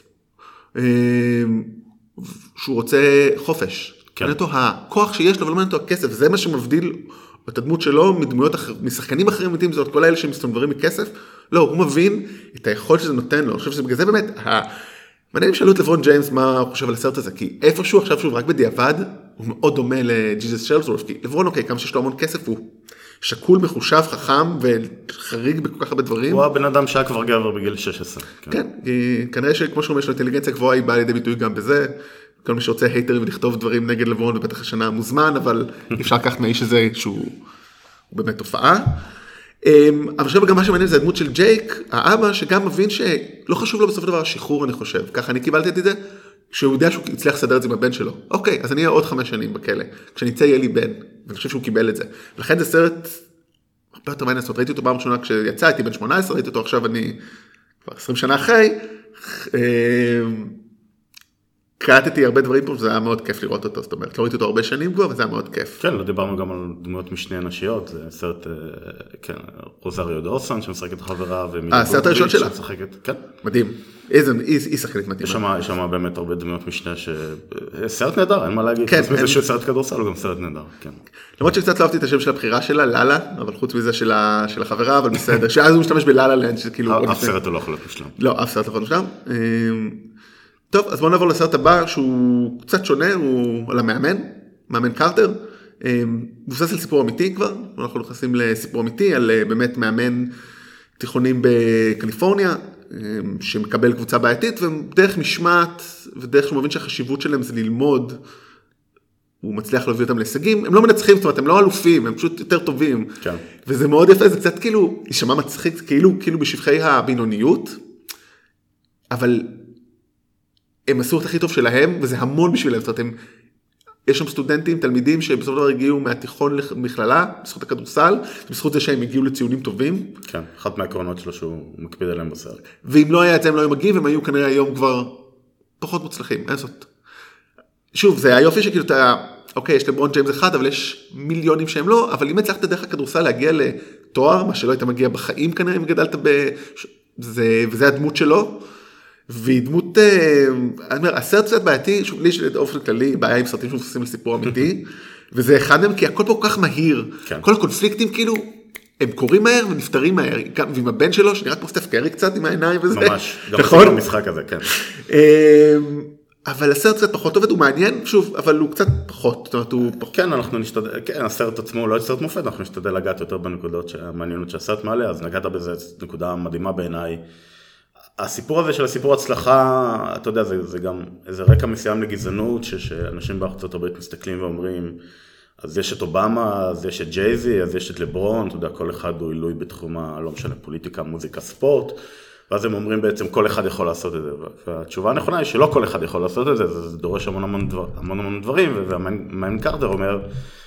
שהוא רוצה חופש. מעניין אותו הכוח שיש לו, ולא מעניין אותו הכסף. זה מה שמבדיל את הדמות שלו מדמויות משחקנים אחרים אמיתיים, זאת כל האלה שמסתובבים מכסף. לא, הוא מבין את היכולת שזה נותן לו. אני חושב שבגלל זה באמת, מעניין שאלו את לברון ג'יימס מה הוא חושב על הסרט הזה, כי איפשהו עכשיו שוב רק בדיעבד, הוא מאוד דומה לג'יזוס שלזורף, כי לברון אוקיי, כמה שיש לו המון כסף, הוא שקול, מחושב, חכם וחריג בכל כך הרבה דברים. הוא הבן אדם שהיה כבר גבר בגיל 16. כן, כנראה שכמו שאומר, יש לו אינטליגנציה גבוהה, היא באה לידי ביטוי גם בזה, כל מי שרוצה הייטרים ולכתוב דברים נגד לברון בבטח השנה מוזמן, אבל אפשר לקחת מהאיש הזה שהוא באמת תופעה. אבל עכשיו גם מה שמעניין זה הדמות של ג'ייק, האבא, שגם מבין שלא חשוב לו בסוף דבר השחרור, אני חושב. ככה אני קיבלתי את זה, שהוא יודע שהוא הצליח לסדר את זה עם הבן שלו. אוקיי, אז אני אהיה עוד 5 שנים בכלא. כשאני אצא יהיה לי בן, ואני חושב שהוא קיבל את זה. ולכן זה סרט, הרבה יותר מעניין, ראיתי אותו פעם ראשונה כשיצא, הייתי בן 18, ראיתי אותו עכשיו אני כבר 20 שנה אחרי. קראתי הרבה דברים פה, שזה היה מאוד כיף לראות אותו, זאת אומרת, לא ראיתי אותו הרבה שנים כבר, וזה היה מאוד כיף. כן, לא דיברנו גם על דמויות משנה נשיות, זה סרט, כן, רוזריו דורסון, שמשחקת את החברה, הסרט הראשון שלה. כן. מדהים. היא שחקנית מדהימה. יש שם באמת הרבה דמויות משנה, סרט נהדר, אין מה להגיד. כן. חוץ מזה שהוא סרט כדורסל, הוא גם סרט נהדר, כן. למרות שקצת לא אהבתי את השם של הבחירה שלה, לאלה, אבל חוץ מזה של החברה, אבל בסדר. שאז הוא משתמש בלאלה לנד, שכאילו... אף סרט הוא לא יכול להיות מושלם. לא, אף סרט לא יכול להיות מושלם. טוב, אז בואו נעבור לסרט הבא, שהוא קצת שונה, הוא על המאמן, מאמן קרטר, מבוסס על סיפור אמיתי כבר, אנחנו נכנסים לסיפור אמיתי, על באמת מאמן תיכונים בקליפורניה, שמקבל קבוצה בעייתית, ודרך משמעת, ודרך שהוא מבין שהחשיבות שלהם זה ללמוד, הוא מצליח להביא אותם להישגים, הם לא מנצחים, זאת אומרת, הם לא אלופים, הם פשוט יותר טובים, כן. וזה מאוד יפה, זה קצת כאילו, נשמע מצחיק, כאילו בשפחי הבינוניות, אבל... הם עשו את הכי טוב שלהם, וזה המון בשבילם, זאת אומרת, יש שם סטודנטים, תלמידים, שבסוף דבר הגיעו מהתיכון למכללה, בזכות הכדורסל, בזכות זה שהם הגיעו לציונים טובים. כן, אחת מהעקרונות שלו שהוא מקפיד עליהם בסרט. ואם לא היה את זה, הם לא היו מגיעים, והם היו כנראה היום כבר פחות מוצלחים, אין זאת. שוב, זה היופי שכאילו אתה, אוקיי, יש לברון ג'יימס אחד, אבל יש מיליונים שהם לא, אבל אם הצלחת דרך הכדורסל להגיע לתואר, מה שלא היית מגיע בחיים כנראה, אם גדלת וזה הדמות שלו. והיא דמות, אני אומר, הסרט קצת בעייתי, שוב, לי יש באופן כללי בעיה עם סרטים שמבוססים על סיפור אמיתי, וזה אחד מהם, כי הכל פה כל כך מהיר, כן. כל הקונפליקטים כאילו, הם קוראים מהר ונפטרים מהר, ועם הבן שלו, שנראה כמו סטף קרי קצת עם העיניים וזה. ממש, גם נכון? במשחק הזה, כן. אבל הסרט קצת פחות עובד, הוא מעניין, שוב, אבל הוא קצת פחות, זאת אומרת, הוא פחות. כן, אנחנו נשתדל, כן, הסרט עצמו הוא לא סרט מופת, אנחנו נשתדל לגעת יותר בנקודות המעניינות שהסרט מעלה, אז נגעת בזה, נקודה מדהימה בעיניי. הסיפור הזה של הסיפור הצלחה, אתה יודע, זה גם איזה רקע מסוים לגזענות, שאנשים בארצות הברית מסתכלים ואומרים, אז יש את אובמה, אז יש את ג'ייזי, אז יש את לברון, אתה יודע, כל אחד הוא עילוי בתחום, לא משנה, פוליטיקה, מוזיקה, ספורט, ואז הם אומרים בעצם, כל אחד יכול לעשות את זה, והתשובה הנכונה היא שלא כל אחד יכול לעשות את זה, זה דורש המון דברים, והמאמן קרטר אומר,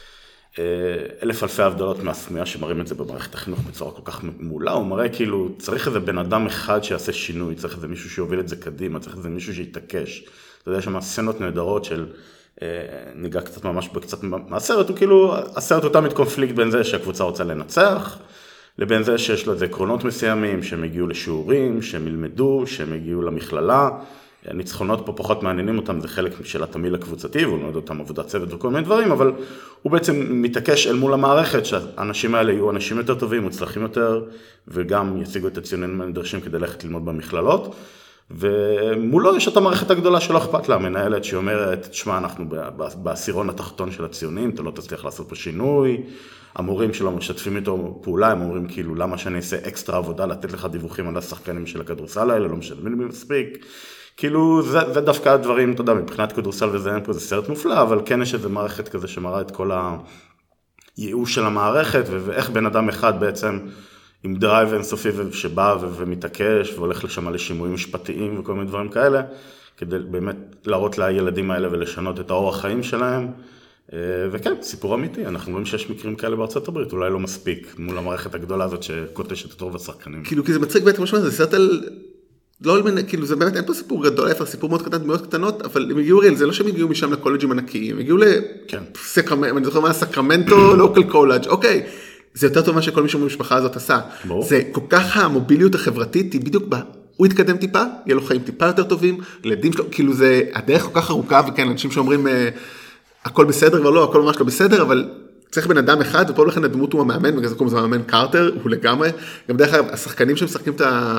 1,000 אלפי הבדלות מהסמויה שמראים את זה במערכת החינוך בצורה כל כך מעולה, הוא מראה כאילו צריך איזה בן אדם אחד שיעשה שינוי, צריך איזה מישהו שיוביל את זה קדימה, צריך איזה מישהו שיתעקש. אתה יודע, יש שם סצנות נהדרות של, ניגע קצת ממש בקצת מהסרט, הוא כאילו, הסרט הוא תמיד קונפליקט בין זה שהקבוצה רוצה לנצח, לבין זה שיש לו איזה עקרונות מסוימים, שהם הגיעו לשיעורים, שהם ילמדו, שהם הגיעו למכללה, הניצחונות פה פחות מעניינים אותם, זה חלק של התמיל הקבוצתי, והוא נועד אותם עבודת צוות וכל מיני דברים, אבל הוא בעצם מתעקש אל מול המערכת, שהאנשים האלה יהיו אנשים יותר טובים, מוצלחים יותר, וגם יציגו את הציונים הנדרשים כדי ללכת ללמוד במכללות, ומולו יש את המערכת הגדולה שלא אכפת לה, המנהלת שאומרת, תשמע, אנחנו בעשירון התחתון של הציונים, אתה לא תצליח לעשות פה שינוי, המורים שלו משתפים איתו פעולה, הם אומרים כאילו, למה שאני אעשה אקסטרה עבודה, לתת לך דיווחים על השחקנים של הכדורסל האלה, לא משלמים לי מספיק, כאילו זה דווקא הדברים, אתה יודע, מבחינת כדורסל וזה אין פה, זה סרט מופלא, אבל כן יש איזו מערכת כזה שמראה את כל הייאוש של המערכת, ואיך בן אדם אחד בעצם עם דרייב אינסופי שבא ומתעקש, והולך לשם לשימועים משפטיים וכל מיני דברים כאלה, כדי באמת להראות לילדים האלה ולשנות את האורח חיים שלהם, וכן, סיפור אמיתי, אנחנו רואים שיש מקרים כאלה בארצות הברית, אולי לא מספיק מול המערכת הגדולה הזאת שקוטשת את רוב השחקנים. כאילו, כי זה מצחיק בעצם משמע, זה סרט על... לא, כאילו זה באמת אין פה סיפור גדול, איפה סיפור מאוד קטן, מאוד קטנות, אבל הם הגיעו, זה לא שהם הגיעו משם לקולג'ים ענקיים, הם הגיעו אני זוכר מה, סקרמנטו, לוקל קולג', אוקיי, זה יותר טוב מה שכל מישהו במשפחה הזאת עשה. זה כל כך המוביליות החברתית, היא בדיוק בה, הוא יתקדם טיפה, יהיה לו חיים טיפה יותר טובים, ילדים שלו, כאילו זה, הדרך כל כך ארוכה, וכן, אנשים שאומרים, הכל בסדר, אבל לא, הכל ממש לא בסדר, אבל צריך בן אדם אחד, ופה לכן הדמות הוא המאמן, בגלל זה קוראים לזה המאמן קארטר, הוא לגמרי, גם דרך אגב, השחקנים שמשחקים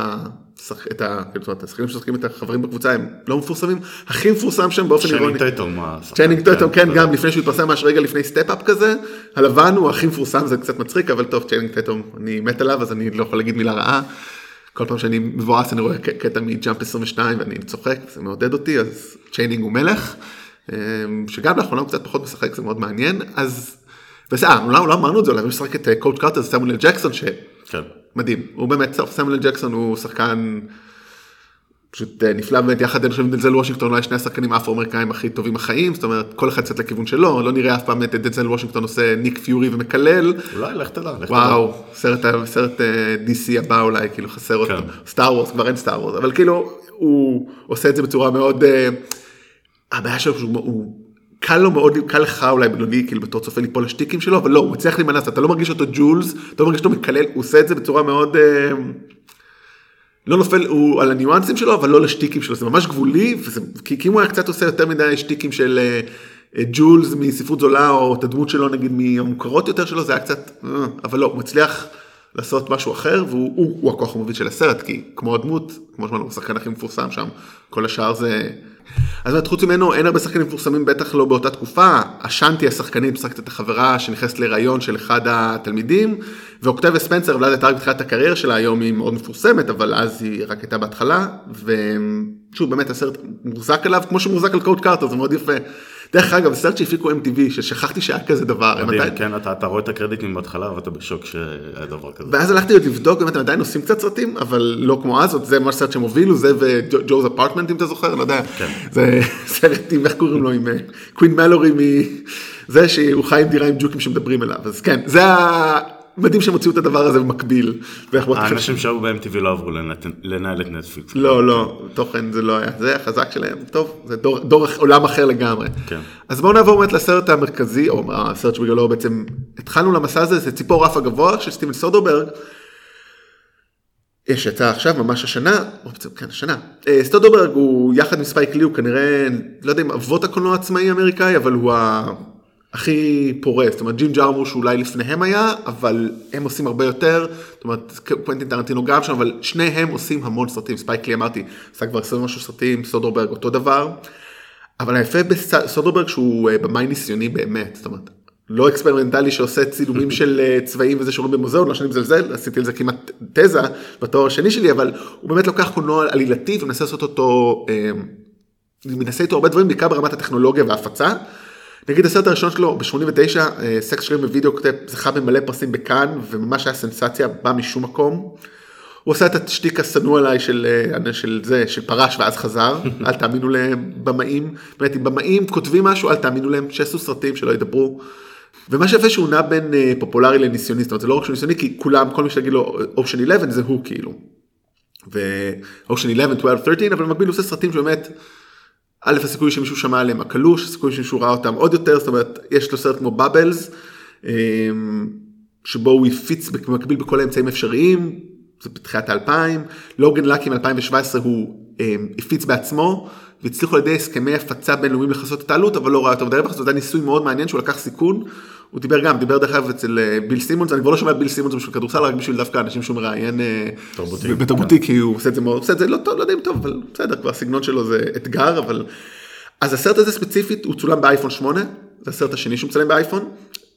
השחקנים שמשחקים את החברים בקבוצה, הם לא מפורסמים, הכי מפורסם שם באופן אירוני. צ'נינג טייטום, כן, גם לפני שהוא התפרסם ממש רגע לפני סטפ-אפ כזה, הלבן הוא הכי מפורסם, זה קצת מצחיק, אבל טוב, צ'נינג טייטום, אני מת עליו, אז אני לא יכול להגיד מילה רעה, כל פעם שאני מבואס, אני רואה קטע מג'אמפ 22, ואני צוחק, זה מעודד אותי, אז צ'נינג הוא מלך, שגם לאחרונה הוא קצת פחות משחק, זה מאוד מעניין, אז לא אמרנו את זה, אבל הוא משחק את קואוצ' קארטר, זה סמואל ג'קסון, שמדהים, הוא באמת, סמואל ג'קסון הוא שחקן פשוט נפלא, באמת יחד אני חושב דנזל וושינגטון, אולי שני השחקנים אפרו-אמריקאים הכי טובים החיים, זאת אומרת, כל אחד קצת לכיוון שלו, לא נראה אף פעם את דנזל וושינגטון עושה ניק פיורי ומקלל. אולי, לך תדע. וואו, סרט DC הבא אולי, כאילו חסר אותו. סטאר וורס, כבר אין סטאר וורס, אבל כאילו, הוא עושה את זה בצורה מאוד, הבעיה שלו הוא קל לו מאוד, קל לך אולי בלוני, כאילו בתור צופה ליפול לשטיקים שלו, אבל לא, הוא מצליח להימנס, אתה לא מרגיש אותו ג'ולס, אתה לא מרגיש אותו מקלל, הוא עושה את זה בצורה מאוד, לא נופל, הוא על הניואנסים שלו, אבל לא לשטיקים שלו, זה ממש גבולי, כי אם הוא היה קצת עושה יותר מדי שטיקים של ג'ולס מספרות זולה, או את הדמות שלו נגיד מהמוכרות יותר שלו, זה היה קצת, אבל לא, הוא מצליח לעשות משהו אחר, והוא הכוח המוביל של הסרט, כי כמו הדמות, כמו שאמרנו, הוא השחקן הכי מפורסם שם, כל השאר זה... אז חוץ ממנו, אין הרבה שחקנים מפורסמים, בטח לא באותה תקופה, השנטי השחקנית משחקת את החברה שנכנסת להיריון של אחד התלמידים, ואוקטביה ספנסר, אולי הייתה רק בתחילת הקריירה שלה, היום היא מאוד מפורסמת, אבל אז היא רק הייתה בהתחלה, ושוב, באמת הסרט מוחזק עליו, כמו שמוחזק על קואוצ' קארטר, זה מאוד יפה. דרך אגב, הסרט שהפיקו MTV, ששכחתי שהיה כזה דבר. מדהים, כן, אתה רואה את הקרדיטים בהתחלה, ואתה בשוק שהיה דבר כזה. ואז הלכתי עוד לבדוק, באמת הם עדיין עושים קצת סרטים, אבל לא כמו אז, זה ממש סרט שהם הובילו, זה וג'וז אפרטמנט, אם אתה זוכר, לא יודע. זה סרט עם, איך קוראים לו, עם קווין מלורי, זה שהוא חי עם דירה עם ג'וקים שמדברים אליו. אז כן, זה מדהים שהם הוציאו את הדבר הזה במקביל. האנשים שהיו ב-MTV לא עברו לנהל את נטפליקס. לא, תוכן זה לא היה. זה החזק שלהם, טוב, זה דור עולם אחר לגמרי. אז בואו נעבור באמת לסרט המרכזי, או הסרט שבגללו בעצם התחלנו למסע הזה, זה ציפור רף הגבוה של סטיבן סודרברג. שיצא עכשיו, ממש השנה, או בעצם כן, השנה. סודרברג הוא יחד עם ספייק לי, הוא כנראה, לא יודע אם אבות הקולנוע העצמאי האמריקאי, אבל הוא הכי פורס, זאת אומרת, ג'ים ג'ארמוש אולי לפניהם היה, אבל הם עושים הרבה יותר, זאת אומרת, קוונטין טרנטינו גם שם, אבל שניהם עושים המון סרטים, ספייק לי אמרתי, עשה כבר 20 משהו סרטים, סודרברג אותו דבר, אבל היפה בסודרברג שהוא במאי ניסיוני באמת, זאת אומרת, לא אקספרימנטלי שעושה צילומים של צבעים וזה שרואים במוזיאון, לא שאני מזלזל, עשיתי על זה כמעט תזה בתואר השני שלי, אבל הוא באמת לוקח קולנוע עלילתי ומנסה לעשות אותו, מנסה איתו הרבה דברים, בעיקר ברמת הטכנולוגיה וההפצה. נגיד הסרט הראשון שלו, ב-89, סקס שרים ווידאו כתב, זכה במלא פרסים בכאן, וממש היה סנסציה, בא משום מקום. הוא עושה את השתיק הסנוע עליי של פרש ואז חזר, אל תאמינו להם במאים, באמת אם במאים כותבים משהו, אל תאמינו להם, שעשו סרטים שלא ידברו. ומה שיפה שהוא נע בין פופולרי לניסיוני, זאת אומרת, זה לא רק שהוא ניסיוני, כי כולם, כל מי שתגיד לו, אופשן 11 זה הוא כאילו. ואופשן 11, 12, 13, אבל במקביל הוא עושה סרטים שבאמת, א', הסיכוי שמישהו שמע עליהם הקלוש, הסיכוי שמישהו ראה אותם עוד יותר, זאת אומרת, יש לו סרט כמו בבלס, שבו הוא יפיץ במקביל בכל האמצעים אפשריים, זה בתחילת 2000, לוגן לקי מ-2017 הוא הפיץ בעצמו, והצליחו על ידי הסכמי הפצה בינלאומיים לחסות את העלות, אבל לא ראה אותו בדי רווח, זה היה ניסוי מאוד מעניין שהוא לקח סיכון, הוא דיבר דרך אגב אצל ביל סימונס, אני כבר לא שומע ביל סימונס בשביל כדורסל, רק בשביל דווקא אנשים שהוא מראיין בתרבותי, כי הוא עושה את זה מאוד, עושה את זה לא טוב, לא יודע אם טוב, אבל בסדר, כבר הסגנון שלו זה אתגר, אבל... אז הסרט הזה ספציפית, הוא צולם באייפון 8, זה הסרט השני שהוא מצלם באייפון,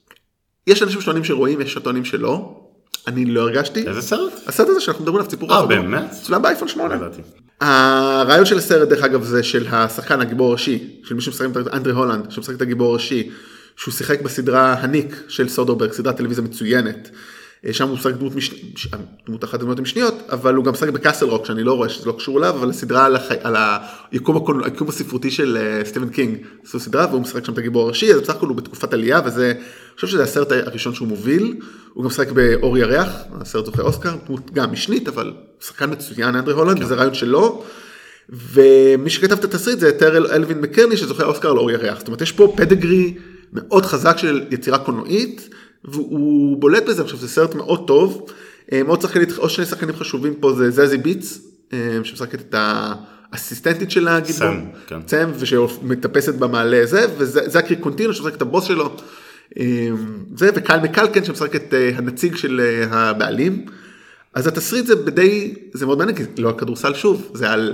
יש אנשים שטוענים שרואים, יש שטוענים שלא, אני לא הרגשתי. איזה סרט? הסרט הזה שאנחנו מדברים עליו סיפור. באמת? צולם באייפון 8. הרעיון של הסרט דרך אגב זה של השחקן הגיבור הראשי, של מי שמשחק את אנדרי הולנד, שמשחק את הגיבור הראשי, שהוא שיחק בסדרה הניק של סודרברג, סדרת טלוויזיה מצוינת, שם הוא משחק דמות אחת הדמות המשניות, אבל הוא גם משחק בקאסל רוק, שאני לא רואה שזה לא קשור אליו, אבל הסדרה על היקום הספרותי של סטיבן קינג, זו סדרה, והוא משחק שם את הגיבור הראשי, אז בסך הכל הוא בתקופת עלייה, וזה, אני חושב שזה הסרט הראשון שהוא מוביל, הוא גם משחק באור ירח, הסרט זוכה אוסקר, דמות גם משנית, אבל שחקן מצוין, אנדרי הולנד, וזה רעיון שלו, ומי שכתב את התסריט זה טרל אלווין מקרני, שזוכה אוסקר על אור ירח, זאת אומרת, יש פה פדגרי מאוד חזק של יצירה קולנועית, והוא בולט בזה, אני חושב, זה סרט מאוד טוב, מאוד שחקנית, עוד שני שחקנים חשובים פה, זה זזי ביץ, שמשחקת את האסיסטנטית של הגיבור, צם, ושמטפסת במעלה זה, וזה הקריק קונטינו, שמשחק את הבוס שלו, זה, וקייל מקלקן, שמשחק את הנציג של הבעלים, אז התסריט זה בדי, זה מאוד מעניין, כי לא הכדורסל שוב, זה על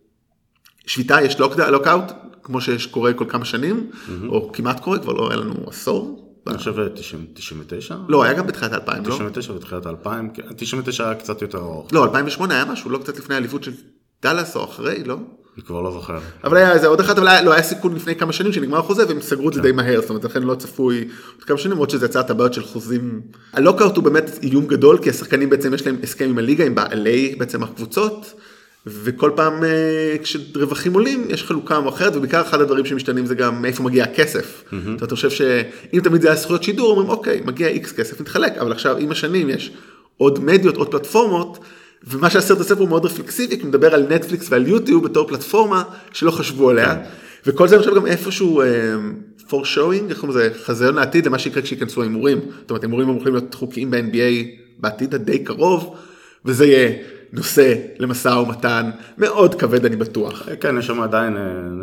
שביתה, יש לוקאוט, כמו שקורה כל כמה שנים, או כמעט קורה, כבר לא היה לנו עשור, אני חושב 99? לא, היה גם בתחילת 2000, לא? 99 בתחילת 2000, 99 היה קצת יותר ארוך. לא, 2008 היה משהו, לא קצת לפני האליפות של דלס או אחרי, לא? אני כבר לא זוכר. אבל היה איזה עוד אחד, אבל לא היה סיכון לפני כמה שנים שנגמר החוזה, והם סגרו את זה די מהר, זאת אומרת, לכן לא צפוי עוד כמה שנים, עוד שזה יצא את הבעיות של חוזים. הלוקאוט הוא באמת איום גדול, כי השחקנים בעצם יש להם הסכם עם הליגה, עם בעלי בעצם הקבוצות, וכל פעם כשרווחים עולים יש חלוקה אחרת, ובעיקר אחד הדברים שמשתנים זה גם מאיפה מגיע הכסף. אתה חושב שאם תמיד זה היה זכויות שידור, אומרים אוקיי, מגיע איקס כסף, נתחלק, אבל עכשיו עם השנים יש עוד מדיות, עוד פלטפורמות, ומה שהסרט הספר הוא מאוד רפלקסיבי, כי מדבר על נטפליקס ועל יוטיוב בתור פלטפורמה שלא חשבו עליה, וכל זה אני חושב גם איפשהו foreshowing, איך אומרים זה, חזיון לעתיד למה שיקרה כשיכנסו ההימורים. זאת אומרת, הימורים יכולים להיות חוקיים ב-NBA בעתיד הדי קרוב, וזה יהיה נושא למשא ומתן מאוד כבד, אני בטוח. כן, יש שם עדיין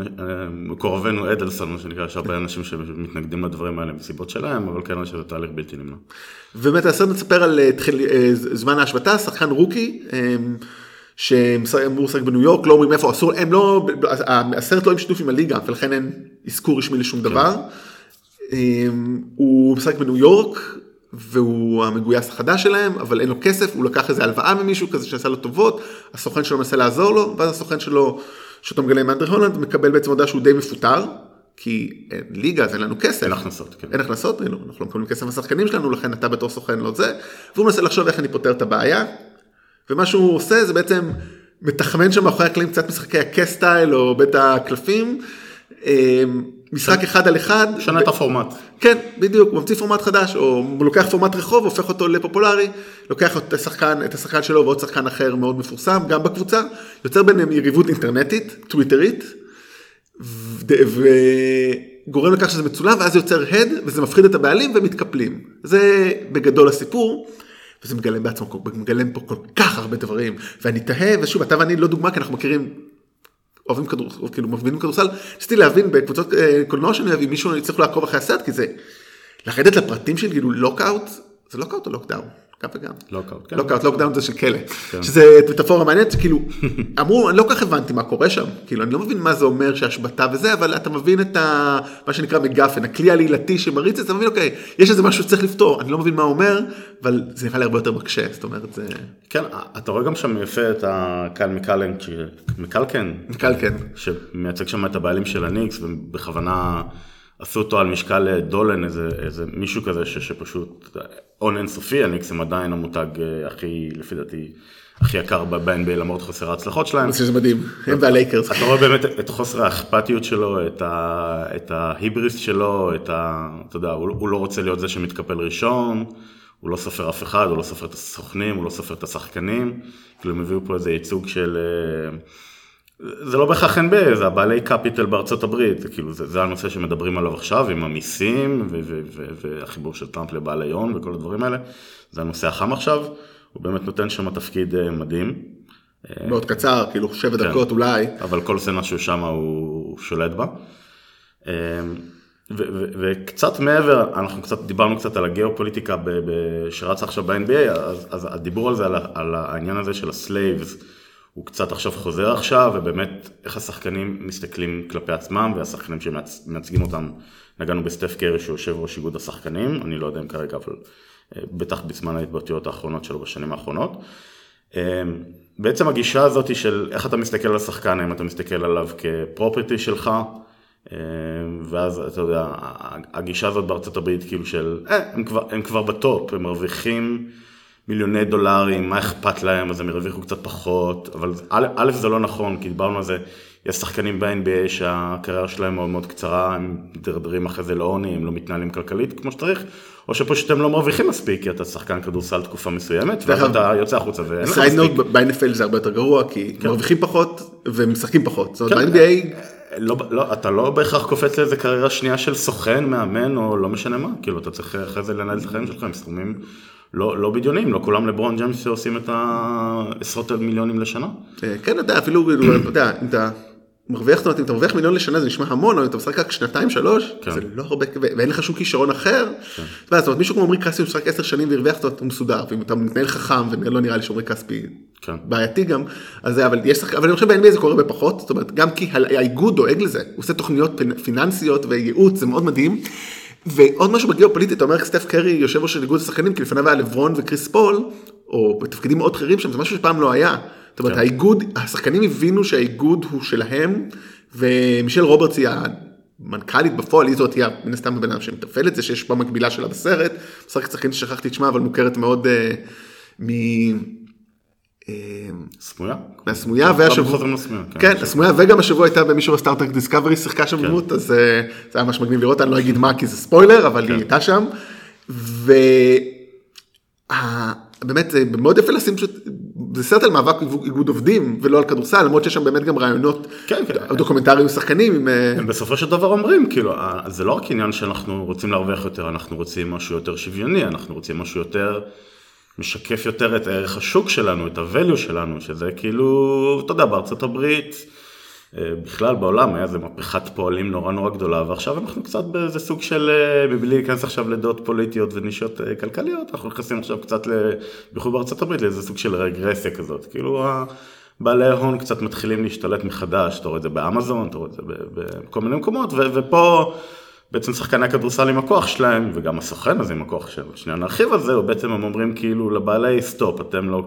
מקורבנו אדלסון, מה שנקרא, יש הרבה אנשים שמתנגדים לדברים האלה מסיבות שלהם, אבל כן, שזה תהליך בלתי נמנע. ובאמת, הסרט מספר על זמן ההשבתה, שחקן רוקי, שאמור לשחק בניו יורק, לא אומרים איפה, אסור, הם לא, הסרט לא עם שיתוף עם הליגה, ולכן אין אזכור רשמי לשום דבר. הוא משחק בניו יורק, והוא המגויס החדש שלהם, אבל אין לו כסף, הוא לקח איזה הלוואה ממישהו כזה שעשה לו טובות, הסוכן שלו מנסה לעזור לו, ואז הסוכן שלו, שאתה מגלה עם אנדרי הולנד, מקבל בעצם הודעה שהוא די מפוטר, כי אין ליגה, אז אין לנו כסף. אין הכנסות, כן. אין הכנסות, אנחנו לא מקבלים כסף מהשחקנים שלנו, לכן אתה בתור סוכן לא זה, והוא מנסה לחשוב איך אני פותר את הבעיה, ומה שהוא עושה זה בעצם מתחמן שם מאחורי הקלעים קצת משחקי הקסטייל או בית הקלפים, משחק אחד על אחד. שנה את הפורמט. כן, בדיוק, הוא ממציא פורמט חדש, או הוא לוקח פורמט רחוב, הופך אותו לפופולרי, לוקח את השחקן שלו ועוד שחקן אחר מאוד מפורסם, גם בקבוצה, יוצר ביניהם יריבות אינטרנטית, טוויטרית, וגורם לכך שזה מצולם, ואז יוצר הד, וזה מפחיד את הבעלים ומתקפלים. זה בגדול הסיפור, וזה מגלם בעצמו, מגלם פה כל כך הרבה דברים, ואני תהה, ושוב, אתה ואני לא דוגמה, כי אנחנו מכירים, אוהבים כדורסל, כאילו מבינים כדורסל, רציתי להבין בקבוצות קולנוע שאני אוהב, אם מישהו יצטרך לעקוב אחרי הסרט, כי זה, לרדת לפרטים של כאילו לוקאוט, זה לוקאוט או לוקדאון? גם וגם. לוקאוט, כן. לוקדאון זה של כלא. שזה מטאפורה מעניינת, כאילו, אמרו, אני לא כך הבנתי מה קורה שם, כאילו, אני לא מבין מה זה אומר שהשבתה וזה, אבל אתה מבין את מה שנקרא מגפן, הכלי העלילתי שמריץ, אתה מבין, אוקיי, יש איזה משהו שצריך לפתור, אני לא מבין מה אומר, אבל זה נראה לי הרבה יותר מקשה, זאת אומרת, זה... כן, אתה רואה גם שם יפה את הקהל מקלקן, שמייצג שם את הבעלים של הניקס, ובכוונה עשו אותו על משקל דולן, איזה מישהו כזה שפשוט און אינסופי, הניקס הם עדיין המותג הכי, לפי דעתי, הכי יקר ב-NBA, למרות חוסר ההצלחות שלהם. זה מדהים, הם והלייקרס. אתה רואה באמת את חוסר האכפתיות שלו, את ההיבריס שלו, אתה יודע, הוא לא רוצה להיות זה שמתקפל ראשון, הוא לא סופר אף אחד, הוא לא סופר את הסוכנים, הוא לא סופר את השחקנים, כאילו הם הביאו פה איזה ייצוג של... זה לא בהכרח NBA, זה הבעלי קפיטל בארצות הברית, כאילו זה הנושא שמדברים עליו עכשיו, עם המיסים והחיבור של טראמפ לבעלי הון וכל הדברים האלה, זה הנושא החם עכשיו, הוא באמת נותן שם תפקיד מדהים, מאוד קצר, כאילו 7 דקות אולי. אבל כל סצנה שהוא שם הוא שולט בה. וקצת מעבר, אנחנו דיברנו קצת על הגיאופוליטיקה שרץ עכשיו ב-NBA, אז הדיבור על זה, על העניין הזה של הסלייבס, הוא קצת עכשיו חוזר עכשיו, ובאמת איך השחקנים מסתכלים כלפי עצמם, והשחקנים שמייצגים אותם, נגענו בסטף קרי שהוא יושב ראש איגוד השחקנים, אני לא יודע אם כרגע, אבל בטח בזמן ההתבטאויות האחרונות שלו בשנים האחרונות. בעצם הגישה הזאת של איך אתה מסתכל על השחקן, אם אתה מסתכל עליו כפרופרטי שלך, ואז אתה יודע, הגישה הזאת בארצות הברית כאילו של, הם כבר בטופ, הם מרוויחים מיליוני דולרים, מה אכפת להם, אז הם ירוויחו קצת פחות, אבל א' זה לא נכון, כי דיברנו על זה, יש שחקנים ב-NBA שהקריירה שלהם מאוד מאוד קצרה, הם דרדרים אחרי זה לעוני, הם לא מתנהלים כלכלית כמו שצריך, או שפשוט הם לא מרוויחים מספיק, כי אתה שחקן כדורסל תקופה מסוימת, ואז אתה יוצא החוצה ואין לך מספיק. סייד נוט ב-NFL זה הרבה יותר גרוע, כי מרוויחים פחות ומשחקים פחות, זאת אומרת ב-NBA... אתה לא בהכרח קופץ לאיזה קריירה שנייה של סוכן, מאמן, או לא משנה מה, כאילו אתה צריך אחרי זה לנהל את החיים שלך עם סכומים לא בדיונים, לא כולם לברון ג'יימס שעושים את עשרות מיליונים לשנה. כן, אתה יודע, אם אתה מרוויח, זאת אומרת, אם אתה מרוויח מיליון לשנה, זה נשמע המון, אבל אם אתה משחק רק 2-3, זה לא הרבה, ואין לך שום כישרון אחר. זאת אומרת, מישהו כמו עמרי כספי, הוא משחק 10 שנים והרוויח, זאת אומרת, הוא מסודר, ואם אתה מתנהל חכם, ולא נראה לי שעמרי כספי בעייתי גם, אבל אני חושב ב-NBA זה קורה בפחות, זאת אומרת, גם כי האיגוד דואג לזה, הוא עושה תוכניות פיננסיות וייעוץ, זה מאוד מדהים. ועוד משהו בגיאופוליטית, אתה אומר, סטף קרי יושב ראש של איגוד השחקנים, כי לפניו היה לברון וקריס פול, או בתפקידים מאוד אחרים שם, זה משהו שפעם לא היה. זאת אומרת, האיגוד, השחקנים הבינו שהאיגוד הוא שלהם, ומישל רוברטס היא המנכ"לית בפועל, היא זאת, היא מן הסתם הבן אדם שמתפעל את זה, שיש בה מקבילה שלה בסרט, משחקת שחקנית ששכחתי את שמה, אבל מוכרת מאוד סמויה? מהסמויה, כן, הסמויה, וגם השבוע הייתה במישהו בסטארטרק דיסקאברי, שיחקה שם דמות, אז זה היה ממש מגניב לראות, אני לא אגיד מה, כי זה ספוילר, אבל היא הייתה שם, ובאמת זה מאוד יפה לשים, זה סרט על מאבק איגוד עובדים, ולא על כדורסל, למרות שיש שם באמת גם רעיונות דוקומנטריים ושחקנים. הם בסופו של דבר אומרים, כאילו, זה לא רק עניין שאנחנו רוצים להרוויח יותר, אנחנו רוצים משהו יותר שוויוני, אנחנו רוצים משהו יותר משקף יותר את ערך השוק שלנו, את הvalue שלנו, שזה כאילו, אתה יודע, בארצות הברית, בכלל בעולם היה איזה מהפכת פועלים נורא נורא גדולה, ועכשיו אנחנו קצת באיזה סוג של, מבלי להיכנס עכשיו לדעות פוליטיות ונישות כלכליות, אנחנו נכנסים עכשיו קצת, בייחוד בארצות הברית, לאיזה סוג של רגרסיה כזאת, כאילו בעלי ההון קצת מתחילים להשתלט מחדש, אתה רואה את זה באמזון, אתה רואה את זה בכל מיני מקומות, ופה בעצם שחקני הכדורסל עם הכוח שלהם, וגם הסוכן הזה עם הכוח שלהם, שנייה נרחיב על זה, ובעצם הם אומרים כאילו לבעלי סטופ,